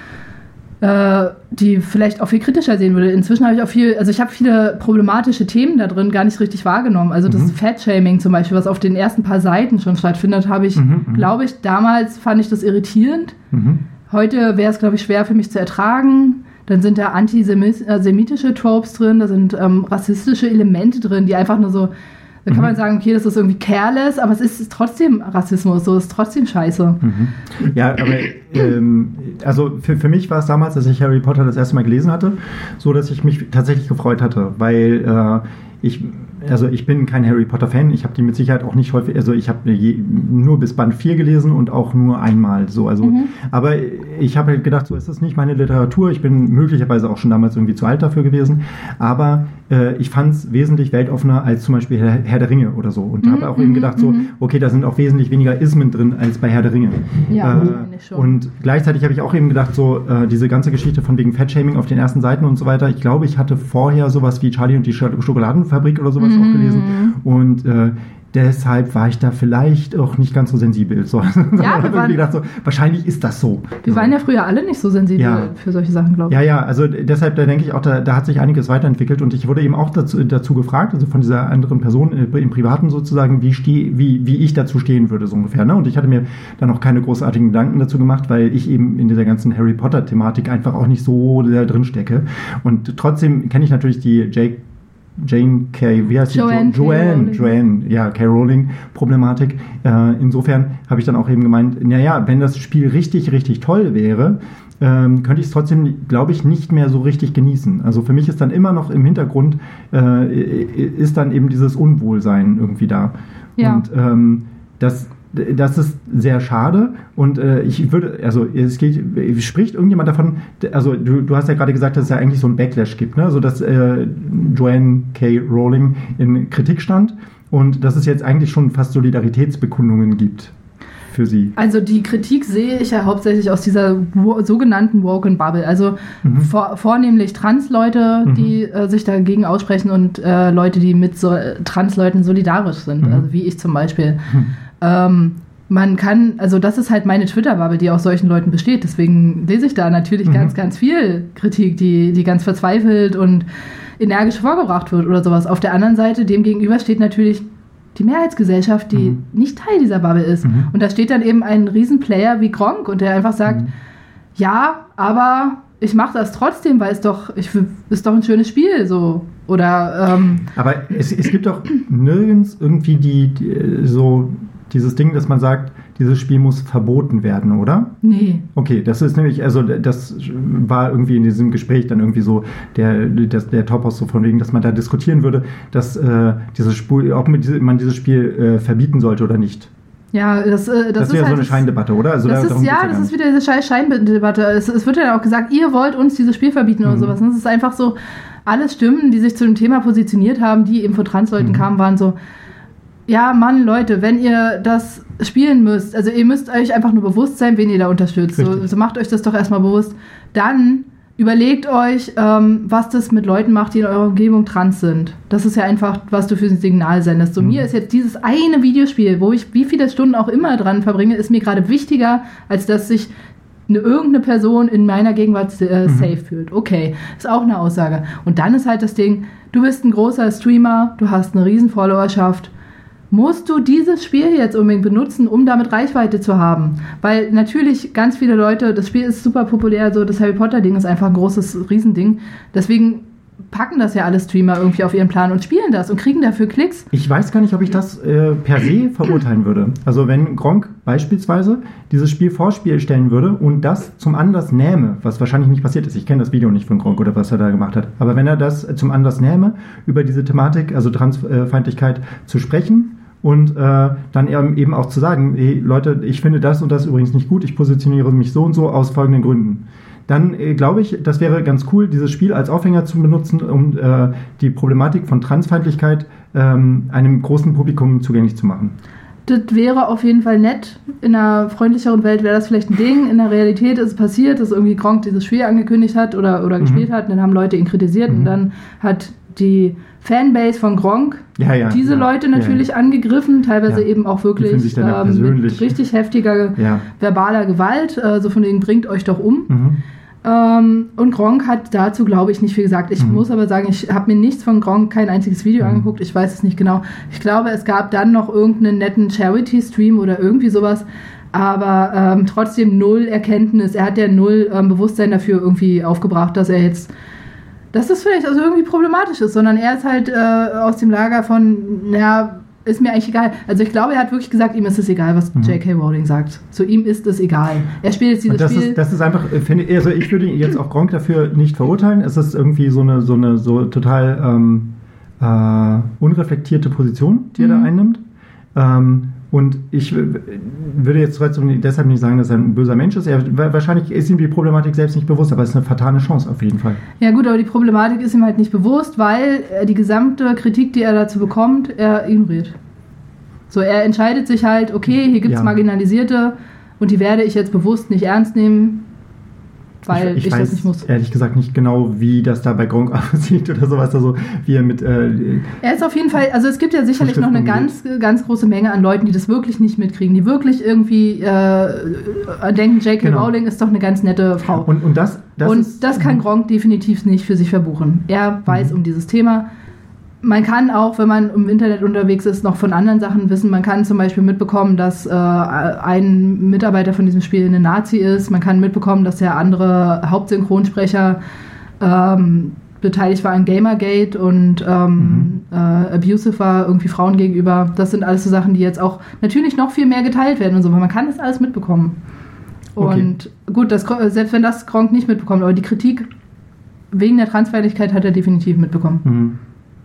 die vielleicht auch viel kritischer sehen würde. Inzwischen habe ich ich habe viele problematische Themen da drin gar nicht richtig wahrgenommen. Also das Fat-Shaming zum Beispiel, was auf den ersten paar Seiten schon stattfindet, habe ich, glaube ich, damals fand ich das irritierend. Heute wäre es, glaube ich, schwer für mich zu ertragen. Dann sind da antisemitische Tropes drin, da sind rassistische Elemente drin, die einfach nur so, da kann man sagen, okay, das ist irgendwie careless, aber es ist trotzdem Rassismus, so ist trotzdem scheiße. Ja, aber also für mich war es damals, als ich Harry Potter das erste Mal gelesen hatte, so, dass ich mich tatsächlich gefreut hatte, weil ich bin kein Harry Potter-Fan, ich habe die mit Sicherheit auch nicht häufig, also ich habe nur bis Band 4 gelesen und auch nur einmal so, also, aber ich habe halt gedacht, so ist das nicht meine Literatur, ich bin möglicherweise auch schon damals irgendwie zu alt dafür gewesen, aber ich fand es wesentlich weltoffener als zum Beispiel Herr der Ringe oder so und habe auch eben gedacht, so, okay, da sind auch wesentlich weniger Ismen drin als bei Herr der Ringe. Ja, schon. Und gleichzeitig habe ich auch eben gedacht, so, diese ganze Geschichte von wegen Fat-Shaming auf den ersten Seiten und so weiter, ich glaube, ich hatte vorher sowas wie Charlie und die Schokoladenfabrik oder sowas auch gelesen und deshalb war ich da vielleicht auch nicht ganz so sensibel. So. Ja, ich habe gedacht, so, wahrscheinlich ist das so. Wir waren ja früher alle nicht so sensibel für solche Sachen, glaube ich. Ja, also deshalb, da denke ich auch, da hat sich einiges weiterentwickelt und ich wurde eben auch dazu gefragt, also von dieser anderen Person im Privaten sozusagen, wie ich dazu stehen würde, so ungefähr. Ne? Und ich hatte mir dann auch keine großartigen Gedanken dazu gemacht, weil ich eben in dieser ganzen Harry Potter-Thematik einfach auch nicht so da drin stecke. Und trotzdem kenne ich natürlich die Jane K. K. Rowling Problematik. Insofern habe ich dann auch eben gemeint, naja, wenn das Spiel richtig, richtig toll wäre, könnte ich es trotzdem, glaube ich, nicht mehr so richtig genießen. Also für mich ist dann immer noch im Hintergrund, ist dann eben dieses Unwohlsein irgendwie da. Ja. Und das ist sehr schade und ich würde, also spricht irgendjemand davon, also du hast ja gerade gesagt, dass es ja eigentlich so einen Backlash gibt, ne? Also dass Joanne K. Rowling in Kritik stand und dass es jetzt eigentlich schon fast Solidaritätsbekundungen gibt für sie. Also die Kritik sehe ich ja hauptsächlich aus dieser sogenannten Woken Bubble, also vornehmlich Trans-Leute, die sich dagegen aussprechen und Leute, die mit Trans-Leuten solidarisch sind, also wie ich zum Beispiel. Man kann, also das ist halt meine Twitter-Bubble, die aus solchen Leuten besteht. Deswegen lese ich da natürlich ganz, ganz viel Kritik, die ganz verzweifelt und energisch vorgebracht wird oder sowas. Auf der anderen Seite, dem gegenüber steht natürlich die Mehrheitsgesellschaft, die nicht Teil dieser Bubble ist. Und da steht dann eben ein Riesenplayer wie Gronkh und der einfach sagt, ja, aber ich mache das trotzdem, weil ist doch ein schönes Spiel, so. Oder, aber es gibt doch nirgends irgendwie so dieses Ding, dass man sagt, dieses Spiel muss verboten werden, oder? Nee. Okay, das ist nämlich, also das war irgendwie in diesem Gespräch dann irgendwie so der Topos so von wegen, dass man da diskutieren würde, dass dieses Spiel, ob man dieses Spiel verbieten sollte oder nicht. Ja, das ist ja halt so eine Scheindebatte, oder? Also das ist wieder diese scheiß Scheindebatte. Es wird ja auch gesagt, ihr wollt uns dieses Spiel verbieten oder sowas. Und es ist einfach so, alle Stimmen, die sich zu dem Thema positioniert haben, die eben von Transleuten kamen, waren so, ja, Mann, Leute, wenn ihr das spielen müsst, also ihr müsst euch einfach nur bewusst sein, wen ihr da unterstützt. So macht euch das doch erstmal bewusst. Dann überlegt euch, was das mit Leuten macht, die in eurer Umgebung trans sind. Das ist ja einfach, was du für ein Signal sendest. So, mir ist jetzt dieses eine Videospiel, wo ich wie viele Stunden auch immer dran verbringe, ist mir gerade wichtiger, als dass sich irgendeine Person in meiner Gegenwart safe fühlt. Okay, ist auch eine Aussage. Und dann ist halt das Ding, du bist ein großer Streamer, du hast eine riesen Followerschaft. Musst du dieses Spiel jetzt unbedingt benutzen, um damit Reichweite zu haben? Weil natürlich ganz viele Leute, das Spiel ist super populär, so das Harry Potter-Ding ist einfach ein großes Riesending. Deswegen packen das ja alle Streamer irgendwie auf ihren Plan und spielen das und kriegen dafür Klicks. Ich weiß gar nicht, ob ich das per se verurteilen würde. Also wenn Gronkh beispielsweise dieses Spiel Vorspiel stellen würde und das zum Anlass nähme, was wahrscheinlich nicht passiert ist, ich kenne das Video nicht von Gronkh oder was er da gemacht hat, aber wenn er das zum Anlass nähme, über diese Thematik, also Transfeindlichkeit zu sprechen, und dann eben auch zu sagen, hey, Leute, ich finde das und das übrigens nicht gut, ich positioniere mich so und so aus folgenden Gründen. dann glaube ich, das wäre ganz cool, dieses Spiel als Aufhänger zu benutzen, um die Problematik von Transfeindlichkeit einem großen Publikum zugänglich zu machen. Das wäre auf jeden Fall nett. In einer freundlicheren Welt wäre das vielleicht ein Ding. In der Realität ist es passiert, dass irgendwie Gronkh dieses Spiel angekündigt hat oder gespielt hat. Und dann haben Leute ihn kritisiert. Und dann hat die Fanbase von Gronkh diese Leute natürlich angegriffen. Teilweise eben auch wirklich mit richtig heftiger verbaler Gewalt. So von denen, bringt euch doch um. Und Gronkh hat dazu, glaube ich, nicht viel gesagt. Ich muss aber sagen, ich habe mir nichts von Gronkh, kein einziges Video angeguckt. Ich weiß es nicht genau. Ich glaube, es gab dann noch irgendeinen netten Charity-Stream oder irgendwie sowas. Aber trotzdem null Erkenntnis. Er hat ja null Bewusstsein dafür irgendwie aufgebracht, dass das vielleicht also irgendwie problematisch ist. Sondern er ist halt aus dem Lager von, ist mir eigentlich egal. Also ich glaube, er hat wirklich gesagt, ihm ist es egal, was J.K. Rowling sagt. So, ihm ist es egal. Er spielt jetzt dieses Spiel. Das ist einfach, also ich würde jetzt auch Gronkh dafür nicht verurteilen. Es ist irgendwie so eine total unreflektierte Position, die er da einnimmt. Und ich würde jetzt trotzdem deshalb nicht sagen, dass er ein böser Mensch ist. Wahrscheinlich ist ihm die Problematik selbst nicht bewusst, aber es ist eine fatale Chance auf jeden Fall. Ja gut, aber die Problematik ist ihm halt nicht bewusst, weil die gesamte Kritik, die er dazu bekommt, er ignoriert. So, er entscheidet sich halt, okay, hier gibt es Marginalisierte und die werde ich jetzt bewusst nicht ernst nehmen, weil ich das nicht muss. Ehrlich gesagt nicht genau, wie das da bei Gronkh aussieht oder sowas. Also wie er mit... er ist auf jeden Fall... Also es gibt ja sicherlich noch eine ganz, ganz große Menge an Leuten, die das wirklich nicht mitkriegen, die wirklich irgendwie denken, J.K. Rowling ist doch eine ganz nette Frau. Und das kann Gronkh definitiv nicht für sich verbuchen. Er weiß um dieses Thema. Man kann auch, wenn man im Internet unterwegs ist, noch von anderen Sachen wissen. Man kann zum Beispiel mitbekommen, dass ein Mitarbeiter von diesem Spiel eine Nazi ist. Man kann mitbekommen, dass der andere Hauptsynchronsprecher beteiligt war an Gamergate und abusive war irgendwie Frauen gegenüber. Das sind alles so Sachen, die jetzt auch natürlich noch viel mehr geteilt werden und so. Aber man kann das alles mitbekommen. Und gut, selbst wenn das Gronkh nicht mitbekommt, aber die Kritik wegen der Transfeindlichkeit hat er definitiv mitbekommen.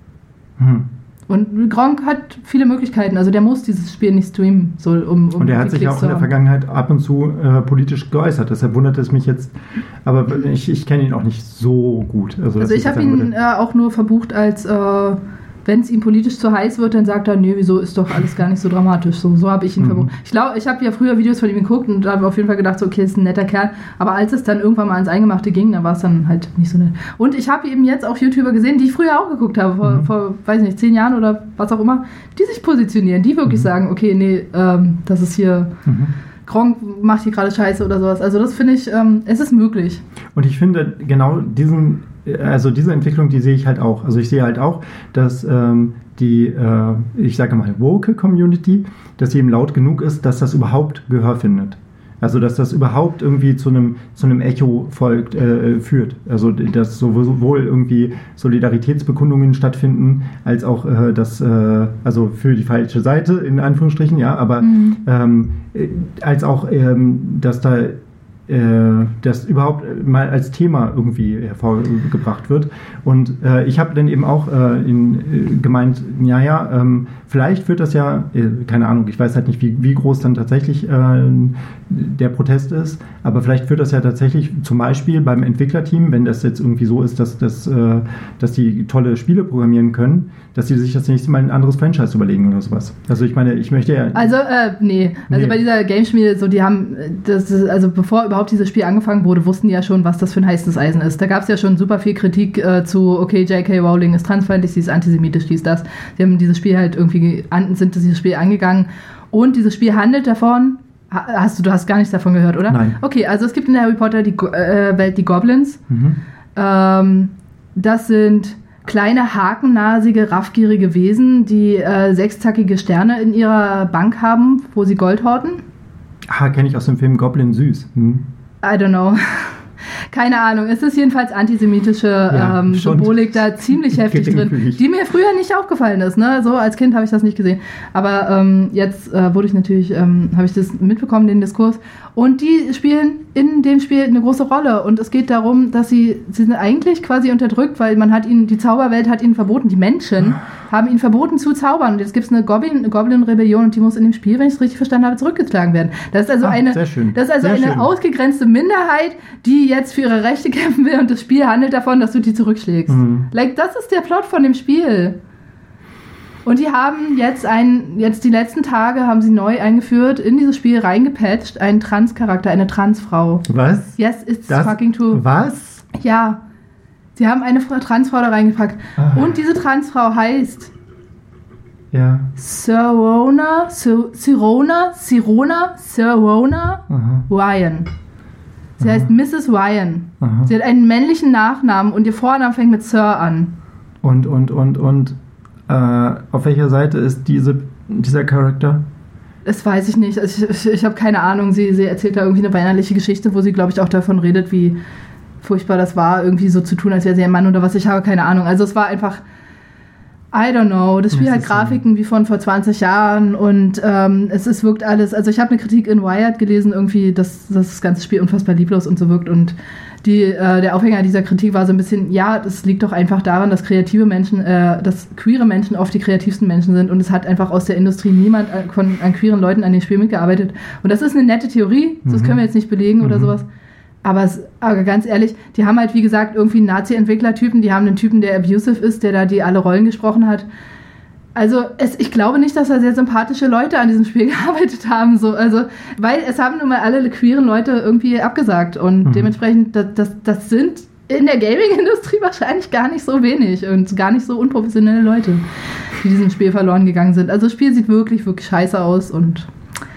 Und Gronkh hat viele Möglichkeiten, also der muss dieses Spiel nicht streamen. Und er hat sich auch in der Vergangenheit ab und zu politisch geäußert, deshalb wundert es mich jetzt, aber ich kenne ihn auch nicht so gut. Also ich habe ihn auch nur verbucht als, wenn es ihm politisch zu heiß wird, dann sagt er, nee, wieso, ist doch alles gar nicht so dramatisch. So habe ich ihn verbucht. Ich glaube, ich habe ja früher Videos von ihm geguckt und habe auf jeden Fall gedacht, so, okay, ist ein netter Kerl. Aber als es dann irgendwann mal ans Eingemachte ging, dann war es dann halt nicht so nett. Und ich habe eben jetzt auch YouTuber gesehen, die ich früher auch geguckt habe, vor weiß nicht, 10 Jahren oder was auch immer, die sich positionieren, die wirklich sagen, okay, nee, das ist hier... Gronkh macht hier gerade Scheiße oder sowas. Also das finde ich, es ist möglich. Und ich finde genau diese Entwicklung, die sehe ich halt auch. Also ich sehe halt auch, dass ich sage mal, woke Community, dass sie eben laut genug ist, dass das überhaupt Gehör findet. Also dass das überhaupt irgendwie zu einem Echo führt. Also dass sowohl irgendwie Solidaritätsbekundungen stattfinden, als auch also für die falsche Seite, in Anführungsstrichen, ja, aber als auch, dass da das überhaupt mal als Thema irgendwie hervorgebracht wird. Und ich habe dann eben auch gemeint, vielleicht führt das ja, keine Ahnung, ich weiß halt nicht, wie groß dann tatsächlich der Protest ist, aber vielleicht führt das ja tatsächlich zum Beispiel beim Entwicklerteam, wenn das jetzt irgendwie so ist, dass die tolle Spiele programmieren können, dass die sich das nächste Mal ein anderes Franchise überlegen oder sowas. Also ich meine, ich möchte ja... Also, nee. Also bei dieser Game-Schmiede, so, die haben, also bevor überhaupt dieses Spiel angefangen wurde, wussten die ja schon, was das für ein heißes Eisen ist. Da gab es ja schon super viel Kritik zu, okay, J.K. Rowling ist transfeindlich, sie ist antisemitisch, dies, das. Sie haben dieses Spiel halt irgendwie, sind dieses Spiel angegangen und dieses Spiel handelt davon, du hast gar nichts davon gehört, oder? Nein. Okay, also es gibt in Harry Potter die Welt die Goblins. Das sind kleine, hakennasige, raffgierige Wesen, die sechszackige Sterne in ihrer Bank haben, wo sie Gold horten. Kenne ich aus dem Film Goblin Süß. I don't know. Keine Ahnung. Es ist jedenfalls antisemitische Symbolik da ziemlich heftig drin, die mir früher nicht aufgefallen ist. Ne? So als Kind habe ich das nicht gesehen. Aber jetzt wurde ich natürlich, habe ich das mitbekommen, den Diskurs. Und die spielen in dem Spiel eine große Rolle und es geht darum, dass sie sind eigentlich quasi unterdrückt, weil die Zauberwelt hat ihnen verboten, die Menschen haben ihnen verboten zu zaubern und jetzt gibt es eine Goblin-Rebellion und die muss in dem Spiel, wenn ich es richtig verstanden habe, zurückgeschlagen werden. Das ist also eine ausgegrenzte Minderheit, die jetzt für ihre Rechte kämpfen will und das Spiel handelt davon, dass du die zurückschlägst. Das ist der Plot von dem Spiel. Und die haben jetzt die letzten Tage haben sie neu eingeführt, in dieses Spiel reingepatcht, einen Trans-Charakter, eine Transfrau. Was? Yes, it's fucking true. Was? Ja. Sie haben eine Transfrau da reingepackt. Aha. Und diese Transfrau heißt Sirona Ryan. Sie heißt Mrs. Ryan. Aha. Sie hat einen männlichen Nachnamen und ihr Vorname fängt mit Sir an. Und auf welcher Seite ist dieser Charakter? Das weiß ich nicht. Also ich habe keine Ahnung. Sie erzählt da irgendwie eine weinerliche Geschichte, wo sie, glaube ich, auch davon redet, wie furchtbar das war, irgendwie so zu tun, als wäre sie ein Mann oder was. Ich habe keine Ahnung. Also es war einfach, I don't know. Das Spiel hat Grafiken wie von vor 20 Jahren und es wirkt alles. Also ich habe eine Kritik in Wired gelesen, irgendwie, dass das ganze Spiel unfassbar lieblos und so wirkt und der Aufhänger dieser Kritik war so ein bisschen, das liegt doch einfach daran, dass queere Menschen oft die kreativsten Menschen sind und es hat einfach aus der Industrie niemand an queeren Leuten an dem Spiel mitgearbeitet. Und das ist eine nette Theorie, das können wir jetzt nicht belegen oder sowas. Aber ganz ehrlich, die haben halt, wie gesagt, irgendwie einen Nazi-Entwickler-Typen, die haben einen Typen, der abusive ist, der da alle Rollen gesprochen hat. Also ich glaube nicht, dass da sehr sympathische Leute an diesem Spiel gearbeitet haben, weil es haben nun mal alle queeren Leute irgendwie abgesagt und dementsprechend, das sind in der Gaming-Industrie wahrscheinlich gar nicht so wenig und gar nicht so unprofessionelle Leute, die diesem Spiel verloren gegangen sind. Also das Spiel sieht wirklich, wirklich scheiße aus und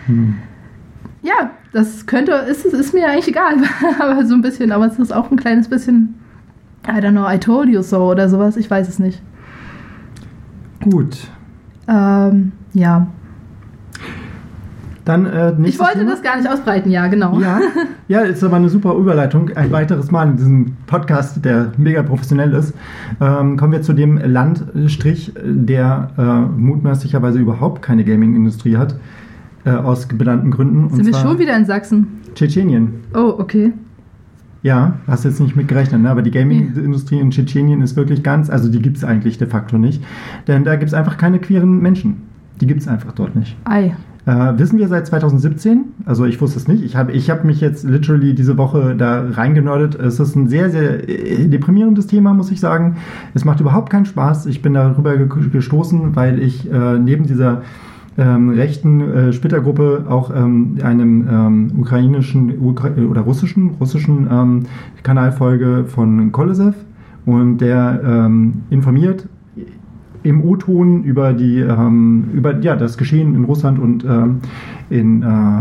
das ist mir eigentlich egal, aber so ein bisschen, aber es ist auch ein kleines bisschen, I don't know, I told you so oder sowas, ich weiß es nicht. Gut. Dann, ich wollte das gar nicht ausbreiten, genau. Ja, ist aber eine super Überleitung. Ein weiteres Mal in diesem Podcast, der mega professionell ist, kommen wir zu dem Landstrich, der mutmaßlicherweise überhaupt keine Gaming-Industrie hat, aus benannten Gründen. Sind wir schon wieder in Sachsen? Tschetschenien. Oh, okay. Ja, hast jetzt nicht mit gerechnet, ne? Aber die Gaming-Industrie in Tschetschenien ist wirklich also die gibt es eigentlich de facto nicht. Denn da gibt es einfach keine queeren Menschen. Die gibt es einfach dort nicht. Wissen wir seit 2017, also ich wusste es nicht, ich hab mich jetzt literally diese Woche da reingenördet. Es ist ein sehr, sehr deprimierendes Thema, muss ich sagen. Es macht überhaupt keinen Spaß. Ich bin darüber gestoßen, weil ich neben dieser rechten Splittergruppe auch einem ukrainischen oder russischen Kanal folge von Kolesev und der informiert im O-Ton über das Geschehen in Russland und in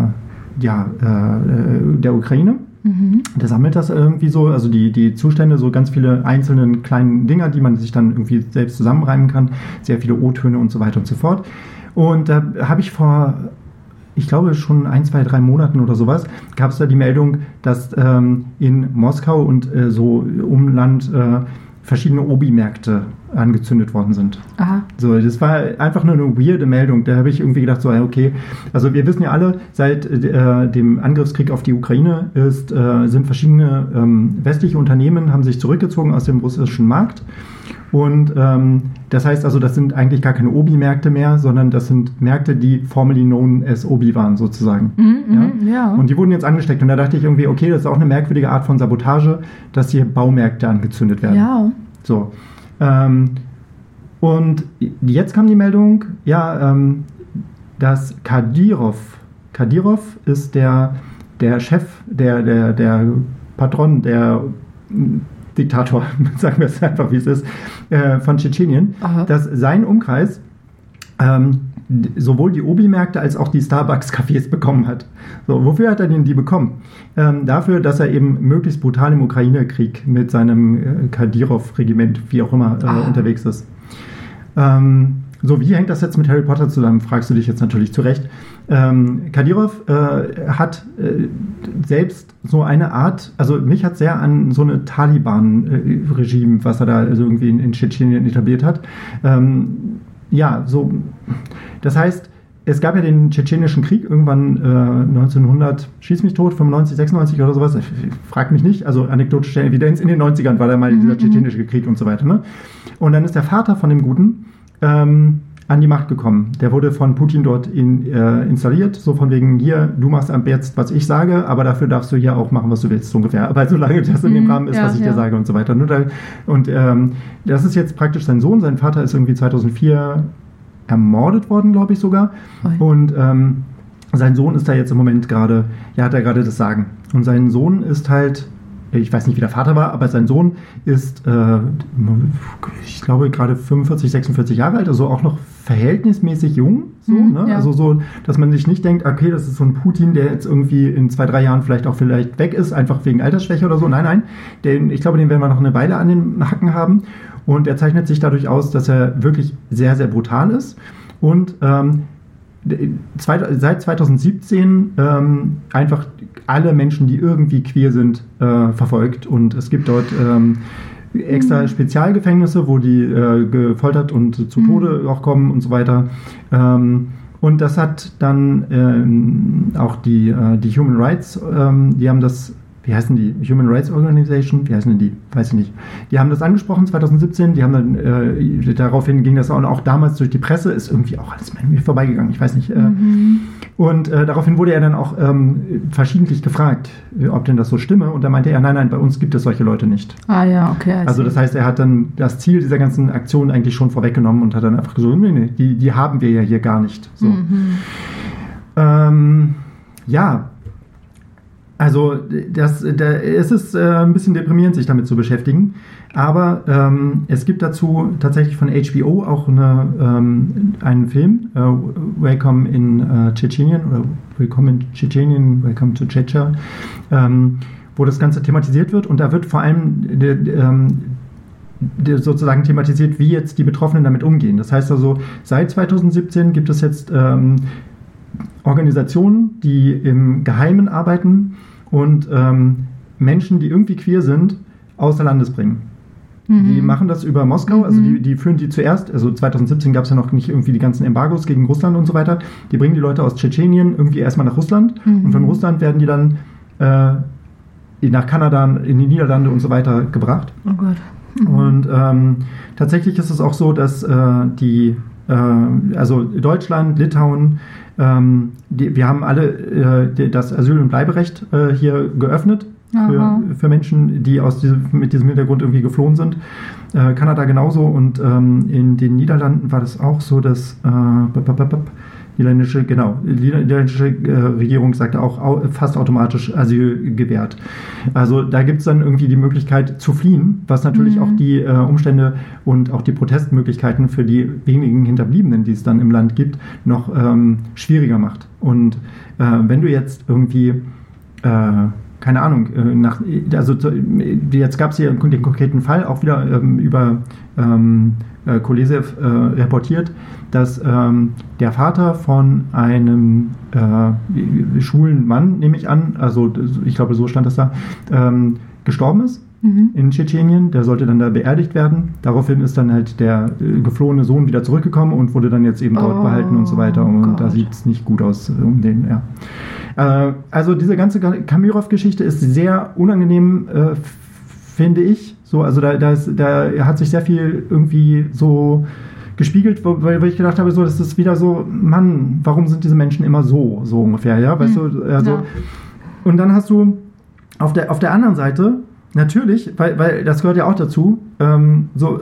der Ukraine. Der sammelt das irgendwie so, also die Zustände, so ganz viele einzelnen kleinen Dinger, die man sich dann irgendwie selbst zusammenreimen kann, sehr viele O-Töne und so weiter und so fort. Und da habe ich ich glaube schon 1, 2, 3 Monaten oder sowas, gab es da die Meldung, dass in Moskau und so Umland verschiedene Obi-Märkte angezündet worden sind. Aha. So, das war einfach nur eine weirde Meldung. Da habe ich irgendwie gedacht, so, okay, also wir wissen ja alle, seit dem Angriffskrieg auf die Ukraine sind verschiedene westliche Unternehmen haben sich zurückgezogen aus dem russischen Markt. Und das heißt also, das sind eigentlich gar keine Obi-Märkte mehr, sondern das sind Märkte, die formerly known as Obi waren, sozusagen. Ja? Und die wurden jetzt angesteckt. Und da dachte ich irgendwie, okay, das ist auch eine merkwürdige Art von Sabotage, dass hier Baumärkte angezündet werden. Ja. So. Und jetzt kam die Meldung, dass Kadyrov ist der Chef, der Patron, der Diktator, sagen wir es einfach, wie es ist, von Tschetschenien, dass sein Umkreis sowohl die Obi-Märkte als auch die Starbucks-Cafés bekommen hat. So, wofür hat er denn die bekommen? Dafür, dass er eben möglichst brutal im Ukraine-Krieg mit seinem Kadyrov-Regiment, wie auch immer, unterwegs ist. So, wie hängt das jetzt mit Harry Potter zusammen, fragst du dich jetzt natürlich zu Recht. Kadyrov hat selbst so eine Art, also mich hat sehr an so eine Taliban-Regime, was er da also irgendwie in Tschetschenien etabliert hat. Das heißt, es gab ja den Tschetschenischen Krieg irgendwann 1900, schieß mich tot, 95, 96 oder sowas, frag mich nicht, also anekdotische Evidenz, in den 90ern war da mal dieser Tschetschenische Krieg und so weiter. Ne? Und dann ist der Vater von dem Guten an die Macht gekommen. Der wurde von Putin dort installiert, so von wegen, hier, du machst ab jetzt, was ich sage, aber dafür darfst du hier auch machen, was du willst, so ungefähr. Aber solange das in dem Rahmen ist, was ich dir sage und so weiter. Und das ist jetzt praktisch sein Sohn. Sein Vater ist irgendwie 2004 ermordet worden, glaube ich sogar. Und sein Sohn ist da jetzt im Moment gerade, hat da gerade das Sagen. Und sein Sohn ist halt, ich weiß nicht, wie der Vater war, aber sein Sohn ist, ich glaube, gerade 45, 46 Jahre alt, also auch noch verhältnismäßig jung. So, ne? Also so, dass man sich nicht denkt, okay, das ist so ein Putin, der jetzt irgendwie in 2-3 Jahren vielleicht weg ist, einfach wegen Altersschwäche oder so. Nein, ich glaube, den werden wir noch eine Weile an den Hacken haben. Und er zeichnet sich dadurch aus, dass er wirklich sehr, sehr brutal ist. Und seit 2017 einfach alle Menschen, die irgendwie queer sind, verfolgt. Und es gibt dort extra Spezialgefängnisse, wo die gefoltert und zu Tode auch kommen und so weiter. Und das hat dann auch die Human Rights, die haben das, wie heißen die? Human Rights Organization? Wie heißen denn die? Weiß ich nicht. Die haben das angesprochen 2017. Die haben dann, daraufhin ging das auch damals durch die Presse, ist irgendwie auch alles an mir vorbeigegangen. Ich weiß nicht. Und daraufhin wurde er dann auch verschiedentlich gefragt, ob denn das so stimme. Und da meinte er, nein, bei uns gibt es solche Leute nicht. Ah ja, okay. Also das heißt, er hat dann das Ziel dieser ganzen Aktion eigentlich schon vorweggenommen und hat dann einfach gesagt, nee, die haben wir ja hier gar nicht. So. Ja. Also es ist ein bisschen deprimierend, sich damit zu beschäftigen, aber es gibt dazu tatsächlich von HBO auch einen Film, Welcome in Tschetschenien oder Willkommen in Tschetschenien, Welcome to Chechnya, wo das Ganze thematisiert wird und da wird vor allem sozusagen thematisiert, wie jetzt die Betroffenen damit umgehen. Das heißt also, seit 2017 gibt es jetzt Organisationen, die im Geheimen arbeiten und Menschen, die irgendwie queer sind, außer Landes bringen. Die machen das über Moskau, also die führen die zuerst, also 2017 gab es ja noch nicht irgendwie die ganzen Embargos gegen Russland und so weiter, die bringen die Leute aus Tschetschenien irgendwie erstmal nach Russland und von Russland werden die dann nach Kanada, in die Niederlande und so weiter gebracht. Oh Gott. Und tatsächlich ist es auch so, dass also Deutschland, Litauen, wir haben alle das Asyl- und Bleiberecht hier geöffnet für Menschen, die mit diesem Hintergrund irgendwie geflohen sind. Kanada genauso und in den Niederlanden war das auch so, dass die niederländische Regierung sagte auch fast automatisch Asyl gewährt. Also da gibt es dann irgendwie die Möglichkeit zu fliehen, was natürlich auch die Umstände und auch die Protestmöglichkeiten für die wenigen Hinterbliebenen, die es dann im Land gibt, noch schwieriger macht. Und wenn du jetzt irgendwie keine Ahnung, jetzt gab es hier den konkreten Fall auch wieder über Kolesev reportiert, dass der Vater von einem schwulen Mann, nehme ich an, also ich glaube, so stand das da, gestorben ist in Tschetschenien. Der sollte dann da beerdigt werden. Daraufhin ist dann halt der geflohene Sohn wieder zurückgekommen und wurde dann jetzt eben dort behalten und so weiter. Und da sieht es nicht gut aus um den, ja. Also diese ganze Kamirov-Geschichte ist sehr unangenehm, finde ich. So, also da hat sich sehr viel irgendwie so gespiegelt, weil ich gedacht habe, so, das ist wieder so, Mann, warum sind diese Menschen immer so ungefähr, ja, weißt du, also, ja. Und dann hast du auf der anderen Seite, natürlich, weil das gehört ja auch dazu, so,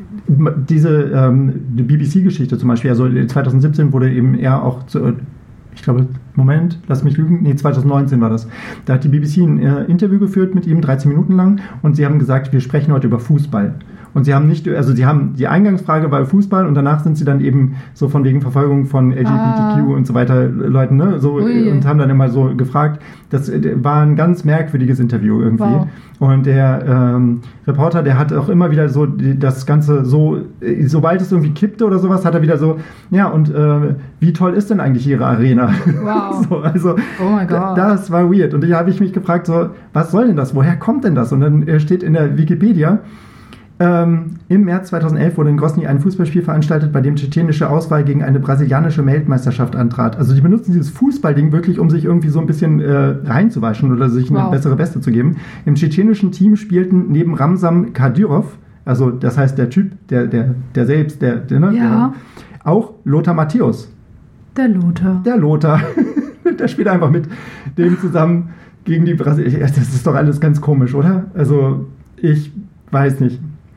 diese die BBC-Geschichte zum Beispiel, also 2017 wurde eben eher auch ich glaube, Moment, lass mich lügen, 2019 war das. Da hat die BBC ein Interview geführt mit ihm, 13 Minuten lang, und sie haben gesagt, wir sprechen heute über Fußball. Und sie haben die Eingangsfrage war Fußball und danach sind sie dann eben so von wegen Verfolgung von LGBTQ und so weiter Leuten, ne, so, und haben dann immer so gefragt. Das war ein ganz merkwürdiges Interview irgendwie. Wow. Und der Reporter, der hat auch immer wieder so das Ganze so, sobald es irgendwie kippte oder sowas, hat er wieder so, ja, und wie toll ist denn eigentlich Ihre Arena? Wow. So, also, oh mein Gott. Das war weird. Und da habe ich mich gefragt, so, was soll denn das? Woher kommt denn das? Und dann steht in der Wikipedia, Im März 2011 wurde in Grosny ein Fußballspiel veranstaltet, bei dem tschetschenische Auswahl gegen eine brasilianische Weltmeisterschaft antrat. Also die benutzen dieses Fußballding wirklich, um sich irgendwie so ein bisschen reinzuwaschen oder sich eine bessere Weste zu geben. Im tschetschenischen Team spielten neben Ramzan Kadyrov, also das heißt der Typ, der selbst, auch Lothar Matthäus. Der Lothar. Der spielt einfach mit dem zusammen gegen die Brasilianer. Das ist doch alles ganz komisch, oder? Also ich weiß nicht.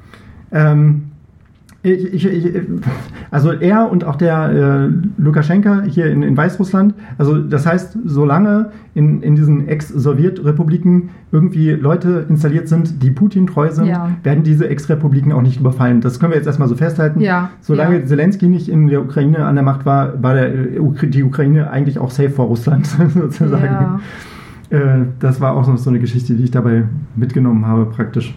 Also er und auch der Lukaschenka hier in Weißrussland, also das heißt, solange in diesen Ex-Sowjetrepubliken irgendwie Leute installiert sind, die Putin treu sind, werden diese Ex-Republiken auch nicht überfallen. Das können wir jetzt erstmal so festhalten. Solange Zelensky nicht in der Ukraine an der Macht war die Ukraine eigentlich auch safe vor Russland, sozusagen. Das war auch noch so eine Geschichte, die ich dabei mitgenommen habe, praktisch.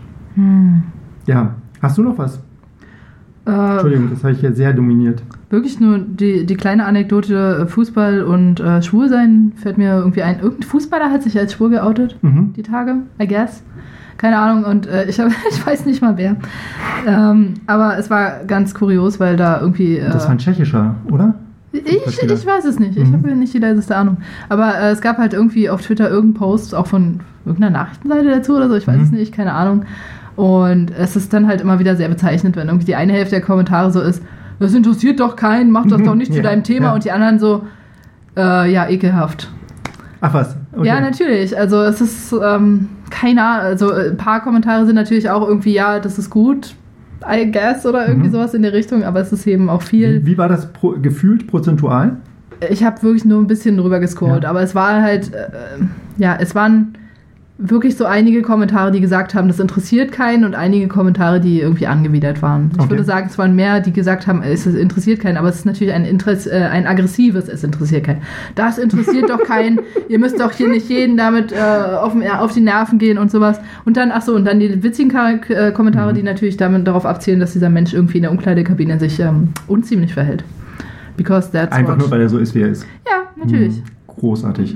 Ja. Hast du noch was? Entschuldigung, das habe ich ja sehr dominiert. Wirklich nur die kleine Anekdote Fußball und Schwulsein fällt mir irgendwie ein. Irgendein Fußballer hat sich als schwul geoutet, die Tage, I guess. Keine Ahnung, und ich weiß nicht mal wer. Aber es war ganz kurios, weil da irgendwie... das war ein tschechischer, oder? Ich weiß es nicht. Ich habe nicht die leiseste Ahnung. Aber es gab halt irgendwie auf Twitter irgendeinen Post, auch von irgendeiner Nachrichtenseite dazu oder so, ich weiß es nicht, keine Ahnung. Und es ist dann halt immer wieder sehr bezeichnend, wenn irgendwie die eine Hälfte der Kommentare so ist, das interessiert doch keinen, mach das doch nicht zu deinem Thema. Und die anderen so, ekelhaft. Ach was? Okay. Ja, natürlich. Also es ist keiner, also ein paar Kommentare sind natürlich auch irgendwie, ja, das ist gut, I guess, oder irgendwie sowas in der Richtung, aber es ist eben auch viel. Wie war das gefühlt prozentual? Ich habe wirklich nur ein bisschen drüber gescrollt, aber es war halt, es waren wirklich so einige Kommentare, die gesagt haben, das interessiert keinen, und einige Kommentare, die irgendwie angewidert waren. Ich würde sagen, es waren mehr, die gesagt haben, es interessiert keinen, aber es ist natürlich ein aggressives, es interessiert keinen. Das interessiert doch keinen, ihr müsst doch hier nicht jeden damit auf die Nerven gehen und sowas. Und dann, und dann die witzigen Kommentare, die natürlich damit darauf abzielen, dass dieser Mensch irgendwie in der Umkleidekabine sich unziemlich verhält. Because that's einfach nur, weil er so ist, wie er ist. Ja, natürlich. Großartig.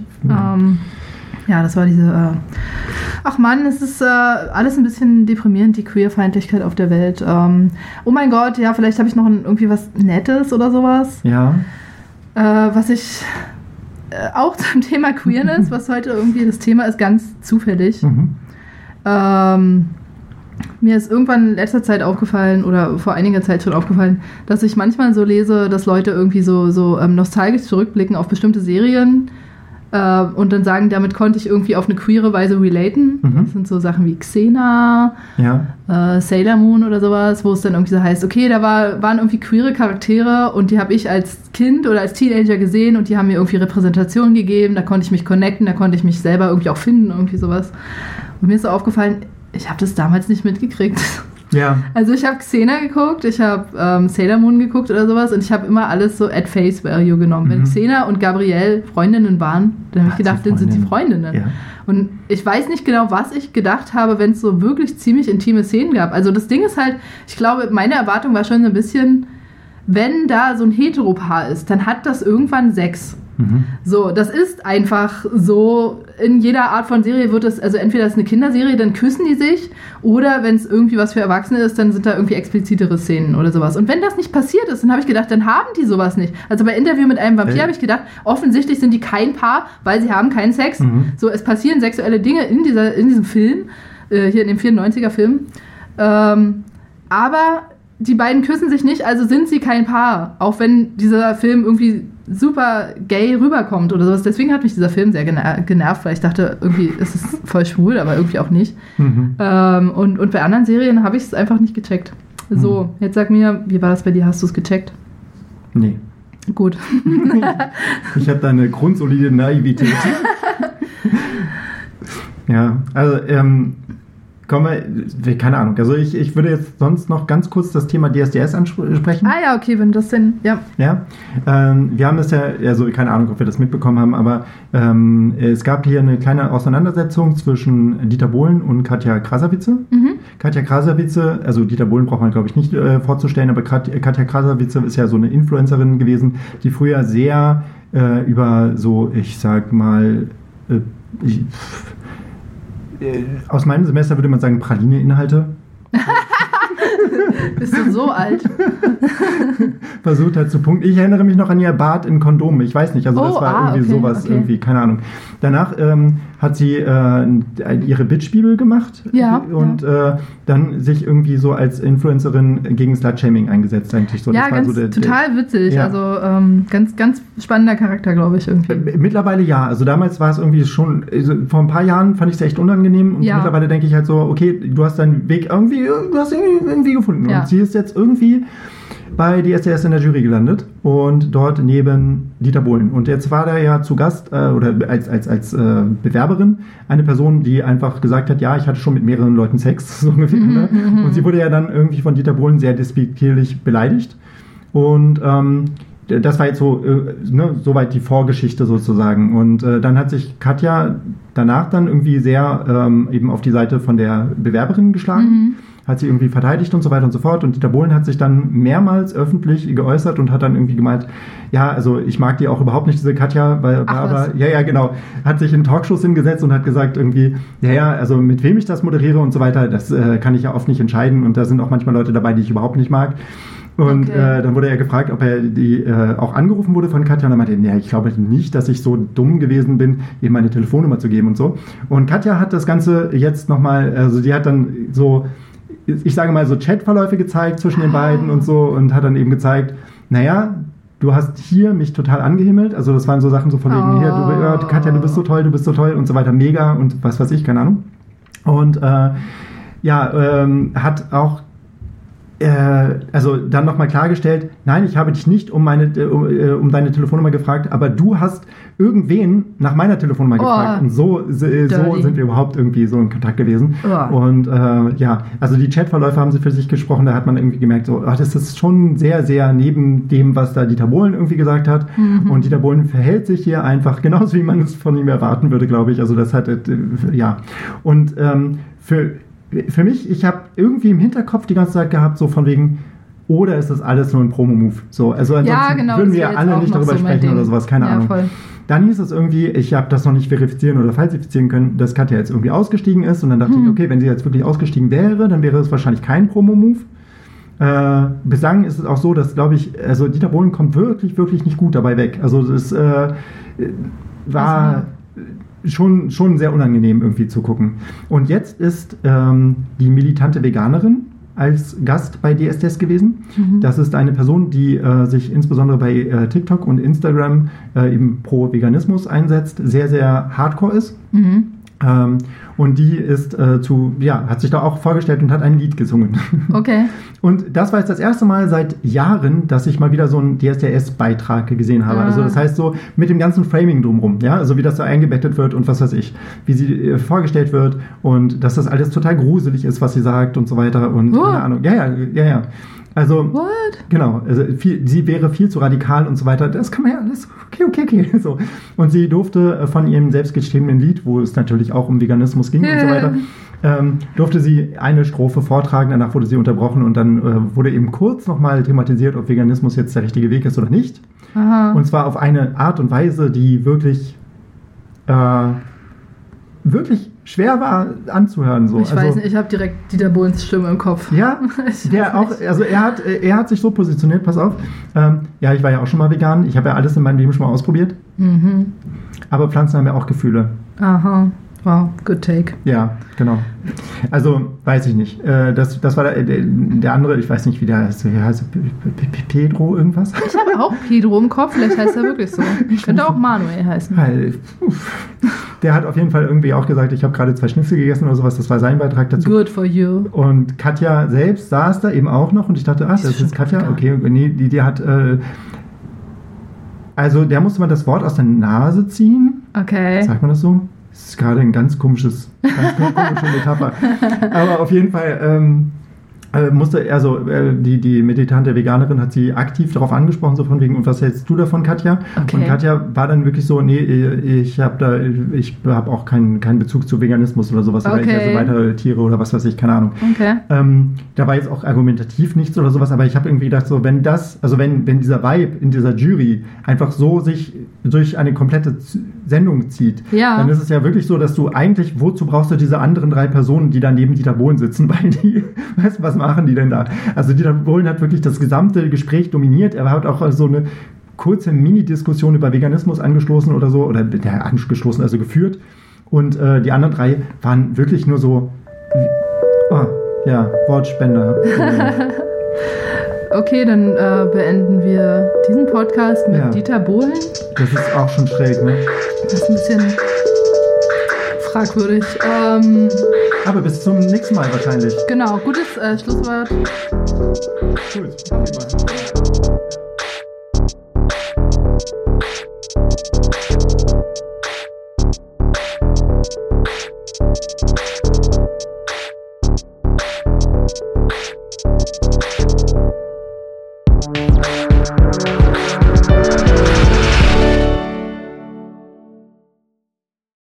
Ja, das war diese... ach Mann, es ist alles ein bisschen deprimierend, die Queerfeindlichkeit auf der Welt. Oh mein Gott, ja, vielleicht habe ich noch irgendwie was Nettes oder sowas. Ja. Was ich... auch zum Thema Queerness, was heute irgendwie das Thema ist, ganz zufällig. Mir ist irgendwann in letzter Zeit aufgefallen, oder vor einiger Zeit schon aufgefallen, dass ich manchmal so lese, dass Leute irgendwie so nostalgisch zurückblicken auf bestimmte Serien, und dann sagen, damit konnte ich irgendwie auf eine queere Weise relaten. Das sind so Sachen wie Xena, Sailor Moon oder sowas, wo es dann irgendwie so heißt, okay, da waren irgendwie queere Charaktere und die habe ich als Kind oder als Teenager gesehen und die haben mir irgendwie Repräsentation gegeben, da konnte ich mich connecten, da konnte ich mich selber irgendwie auch finden, irgendwie sowas. Und mir ist so aufgefallen, ich habe das damals nicht mitgekriegt. Ja. Also ich habe Xena geguckt, ich habe Sailor Moon geguckt oder sowas, und ich habe immer alles so at face value genommen. Wenn Xena und Gabrielle Freundinnen waren, dann habe ich gedacht, dann sind sie Freundinnen. Ja. Und ich weiß nicht genau, was ich gedacht habe, wenn es so wirklich ziemlich intime Szenen gab. Also das Ding ist halt, ich glaube, meine Erwartung war schon so ein bisschen, wenn da so ein Heteropaar ist, dann hat das irgendwann Sex. So, das ist einfach so, in jeder Art von Serie wird es, also entweder ist eine Kinderserie, dann küssen die sich, oder wenn es irgendwie was für Erwachsene ist, dann sind da irgendwie explizitere Szenen oder sowas. Und wenn das nicht passiert ist, dann habe ich gedacht, dann haben die sowas nicht. Also bei Interview mit einem Vampir habe ich gedacht, offensichtlich sind die kein Paar, weil sie haben keinen Sex. So, es passieren sexuelle Dinge in diesem Film, hier in dem 94er Film. Aber die beiden küssen sich nicht, also sind sie kein Paar. Auch wenn dieser Film irgendwie super gay rüberkommt oder sowas. Deswegen hat mich dieser Film sehr genervt, weil ich dachte, irgendwie ist es voll schwul, aber irgendwie auch nicht. Und bei anderen Serien habe ich es einfach nicht gecheckt. So, jetzt sag mir, wie war das bei dir? Hast du es gecheckt? Nee. Gut. Ich habe da eine grundsolide Naivität. Ja, also kommen wir, keine Ahnung, also ich würde jetzt sonst noch ganz kurz das Thema DSDS ansprechen. Ah ja, okay, wenn das denn, ja. Ja, wir haben das ja, also keine Ahnung, ob wir das mitbekommen haben, aber es gab hier eine kleine Auseinandersetzung zwischen Dieter Bohlen und Katja Krasavice. Katja Krasavice, also Dieter Bohlen braucht man, glaube ich, nicht vorzustellen, aber Katja Krasavice ist ja so eine Influencerin gewesen, die früher sehr über so, ich sag mal, aus meinem Semester würde man sagen Praline-Inhalte. Bist du so alt? Versucht hat zu punkten. Ich erinnere mich noch an ihr Bad in Kondomen. Ich weiß nicht, also das war irgendwie sowas, irgendwie, keine Ahnung. Danach hat sie ihre Bitch-Bibel gemacht und dann sich irgendwie so als Influencerin gegen Slut-Shaming eingesetzt eigentlich. So, ja, das war ganz so total witzig. Ja. Also ganz, ganz spannender Charakter, glaube ich, irgendwie. Mittlerweile ja. Also damals war es irgendwie schon, also vor ein paar Jahren fand ich es echt unangenehm und mittlerweile denke ich halt so, okay, du hast deinen Weg irgendwie gefunden. Ja. Und sie ist jetzt irgendwie bei DSDS in der Jury gelandet und dort neben Dieter Bohlen. Und jetzt war da ja zu Gast oder als Bewerberin eine Person, die einfach gesagt hat, ja, ich hatte schon mit mehreren Leuten Sex, so ungefähr. Ne? Und sie wurde ja dann irgendwie von Dieter Bohlen sehr despektierlich beleidigt. Und das war jetzt so, soweit die Vorgeschichte sozusagen. Und dann hat sich Katja danach dann irgendwie sehr eben auf die Seite von der Bewerberin geschlagen, hat sie irgendwie verteidigt und so weiter und so fort. Und Dieter Bohlen hat sich dann mehrmals öffentlich geäußert und hat dann irgendwie gemeint, ja, also ich mag die auch überhaupt nicht, diese Katja, weil genau, hat sich in Talkshows hingesetzt und hat gesagt irgendwie, also mit wem ich das moderiere und so weiter, das kann ich ja oft nicht entscheiden und da sind auch manchmal Leute dabei, die ich überhaupt nicht mag. Und dann wurde er gefragt, ob er die auch angerufen wurde von Katja und er meinte, nee, ich glaube nicht, dass ich so dumm gewesen bin, ihm meine Telefonnummer zu geben und so. Und Katja hat das Ganze jetzt nochmal, also die hat dann so, ich sage mal so Chatverläufe gezeigt zwischen den beiden und so und hat dann eben gezeigt, naja, du hast hier mich total angehimmelt, also das waren so Sachen so von wegen, hier, Katja, du bist so toll und so weiter, mega und was weiß ich, keine Ahnung. Und hat auch also dann nochmal klargestellt, nein, ich habe dich nicht um deine Telefonnummer gefragt, aber du hast irgendwen nach meiner Telefonnummer gefragt. Und so sind wir überhaupt irgendwie so in Kontakt gewesen. Und also die Chatverläufe haben sie für sich gesprochen, da hat man irgendwie gemerkt, so, das ist schon sehr, sehr neben dem, was da Dieter Bohlen irgendwie gesagt hat. Und Dieter Bohlen verhält sich hier einfach genauso, wie man es von ihm erwarten würde, glaube ich. Also das hat, Und für mich, ich habe irgendwie im Hinterkopf die ganze Zeit gehabt, so von wegen, oder ist das alles nur ein Promo-Move? So, also ansonsten würden wir alle nicht darüber sprechen oder sowas, keine Ahnung. Voll. Dann hieß es irgendwie, ich habe das noch nicht verifizieren oder falsifizieren können, dass Katja jetzt irgendwie ausgestiegen ist und dann dachte ich, okay, wenn sie jetzt wirklich ausgestiegen wäre, dann wäre es wahrscheinlich kein Promo-Move. Bislang ist es auch so, dass, glaube ich, also Dieter Bohlen kommt wirklich, wirklich nicht gut dabei weg. Also das war schon sehr unangenehm irgendwie zu gucken. Und jetzt ist die militante Veganerin als Gast bei DSDS gewesen. Das ist eine Person, die sich insbesondere bei TikTok und Instagram eben pro Veganismus einsetzt, sehr, sehr hardcore ist. Und die ist hat sich da auch vorgestellt und hat ein Lied gesungen. Okay. Und das war jetzt das erste Mal seit Jahren, dass ich mal wieder so einen DSDS-Beitrag gesehen habe. Also das heißt so mit dem ganzen Framing drumherum, ja, also wie das da eingebettet wird und was weiß ich, wie sie vorgestellt wird und dass das alles total gruselig ist, was sie sagt und so weiter und keine Ahnung. Ja. Also, genau, also sie wäre viel zu radikal und so weiter. Das kann man ja alles, okay. So. Und sie durfte von ihrem selbstgeschriebenen Lied, wo es natürlich auch um Veganismus ging und so weiter, durfte sie eine Strophe vortragen, danach wurde sie unterbrochen und dann wurde eben kurz nochmal thematisiert, ob Veganismus jetzt der richtige Weg ist oder nicht. Aha. Und zwar auf eine Art und Weise, die wirklich schwer war anzuhören. So. Ich weiß nicht, ich habe direkt Dieter Bohlens Stimme im Kopf. Ja, er hat sich so positioniert, pass auf. Ich war ja auch schon mal vegan, ich habe ja alles in meinem Leben schon mal ausprobiert. Aber Pflanzen haben ja auch Gefühle. Aha. Wow, good take. Ja, genau. Also, weiß ich nicht. Das war der andere, ich weiß nicht, wie der heißt. Pedro irgendwas? Ich habe auch Pedro im Kopf, vielleicht heißt er wirklich so. Könnte auch Manuel heißen. Der hat auf jeden Fall irgendwie auch gesagt, ich habe gerade 2 Schnitzel gegessen oder sowas, das war sein Beitrag dazu. Good for you. Und Katja selbst saß da eben auch noch und ich dachte, das ist Katja, okay, nee, die hat... also, der musste man das Wort aus der Nase ziehen. Okay. Sagt man das so? Das ist gerade ein ganz komische Metapher. Aber auf jeden Fall die militante Veganerin hat sie aktiv darauf angesprochen, so von wegen, und was hältst du davon, Katja? Okay. Und Katja war dann wirklich so, nee, ich habe auch keinen Bezug zu Veganismus oder sowas, oder ich esse weiter Tiere oder was weiß ich, keine Ahnung. Okay. Da war jetzt auch argumentativ nichts oder sowas, aber ich habe irgendwie gedacht, so, wenn dieser Vibe in dieser Jury einfach so sich durch eine komplette Sendung zieht, Ja. dann ist es ja wirklich so, dass du eigentlich, wozu brauchst du diese anderen 3 Personen, die da neben Dieter Bohlen sitzen, weil die, weißt du, was machen die denn da? Also Dieter Bohlen hat wirklich das gesamte Gespräch dominiert, er hat auch so eine kurze Mini-Diskussion über Veganismus angestoßen oder so, oder angestoßen, also geführt, und die anderen 3 waren wirklich nur so, Wortspender. Okay, dann beenden wir diesen Podcast mit Dieter Bohlen. Das ist auch schon schräg, ne? Das ist ein bisschen fragwürdig. Aber bis zum nächsten Mal wahrscheinlich. Genau, gutes Schlusswort. Gut.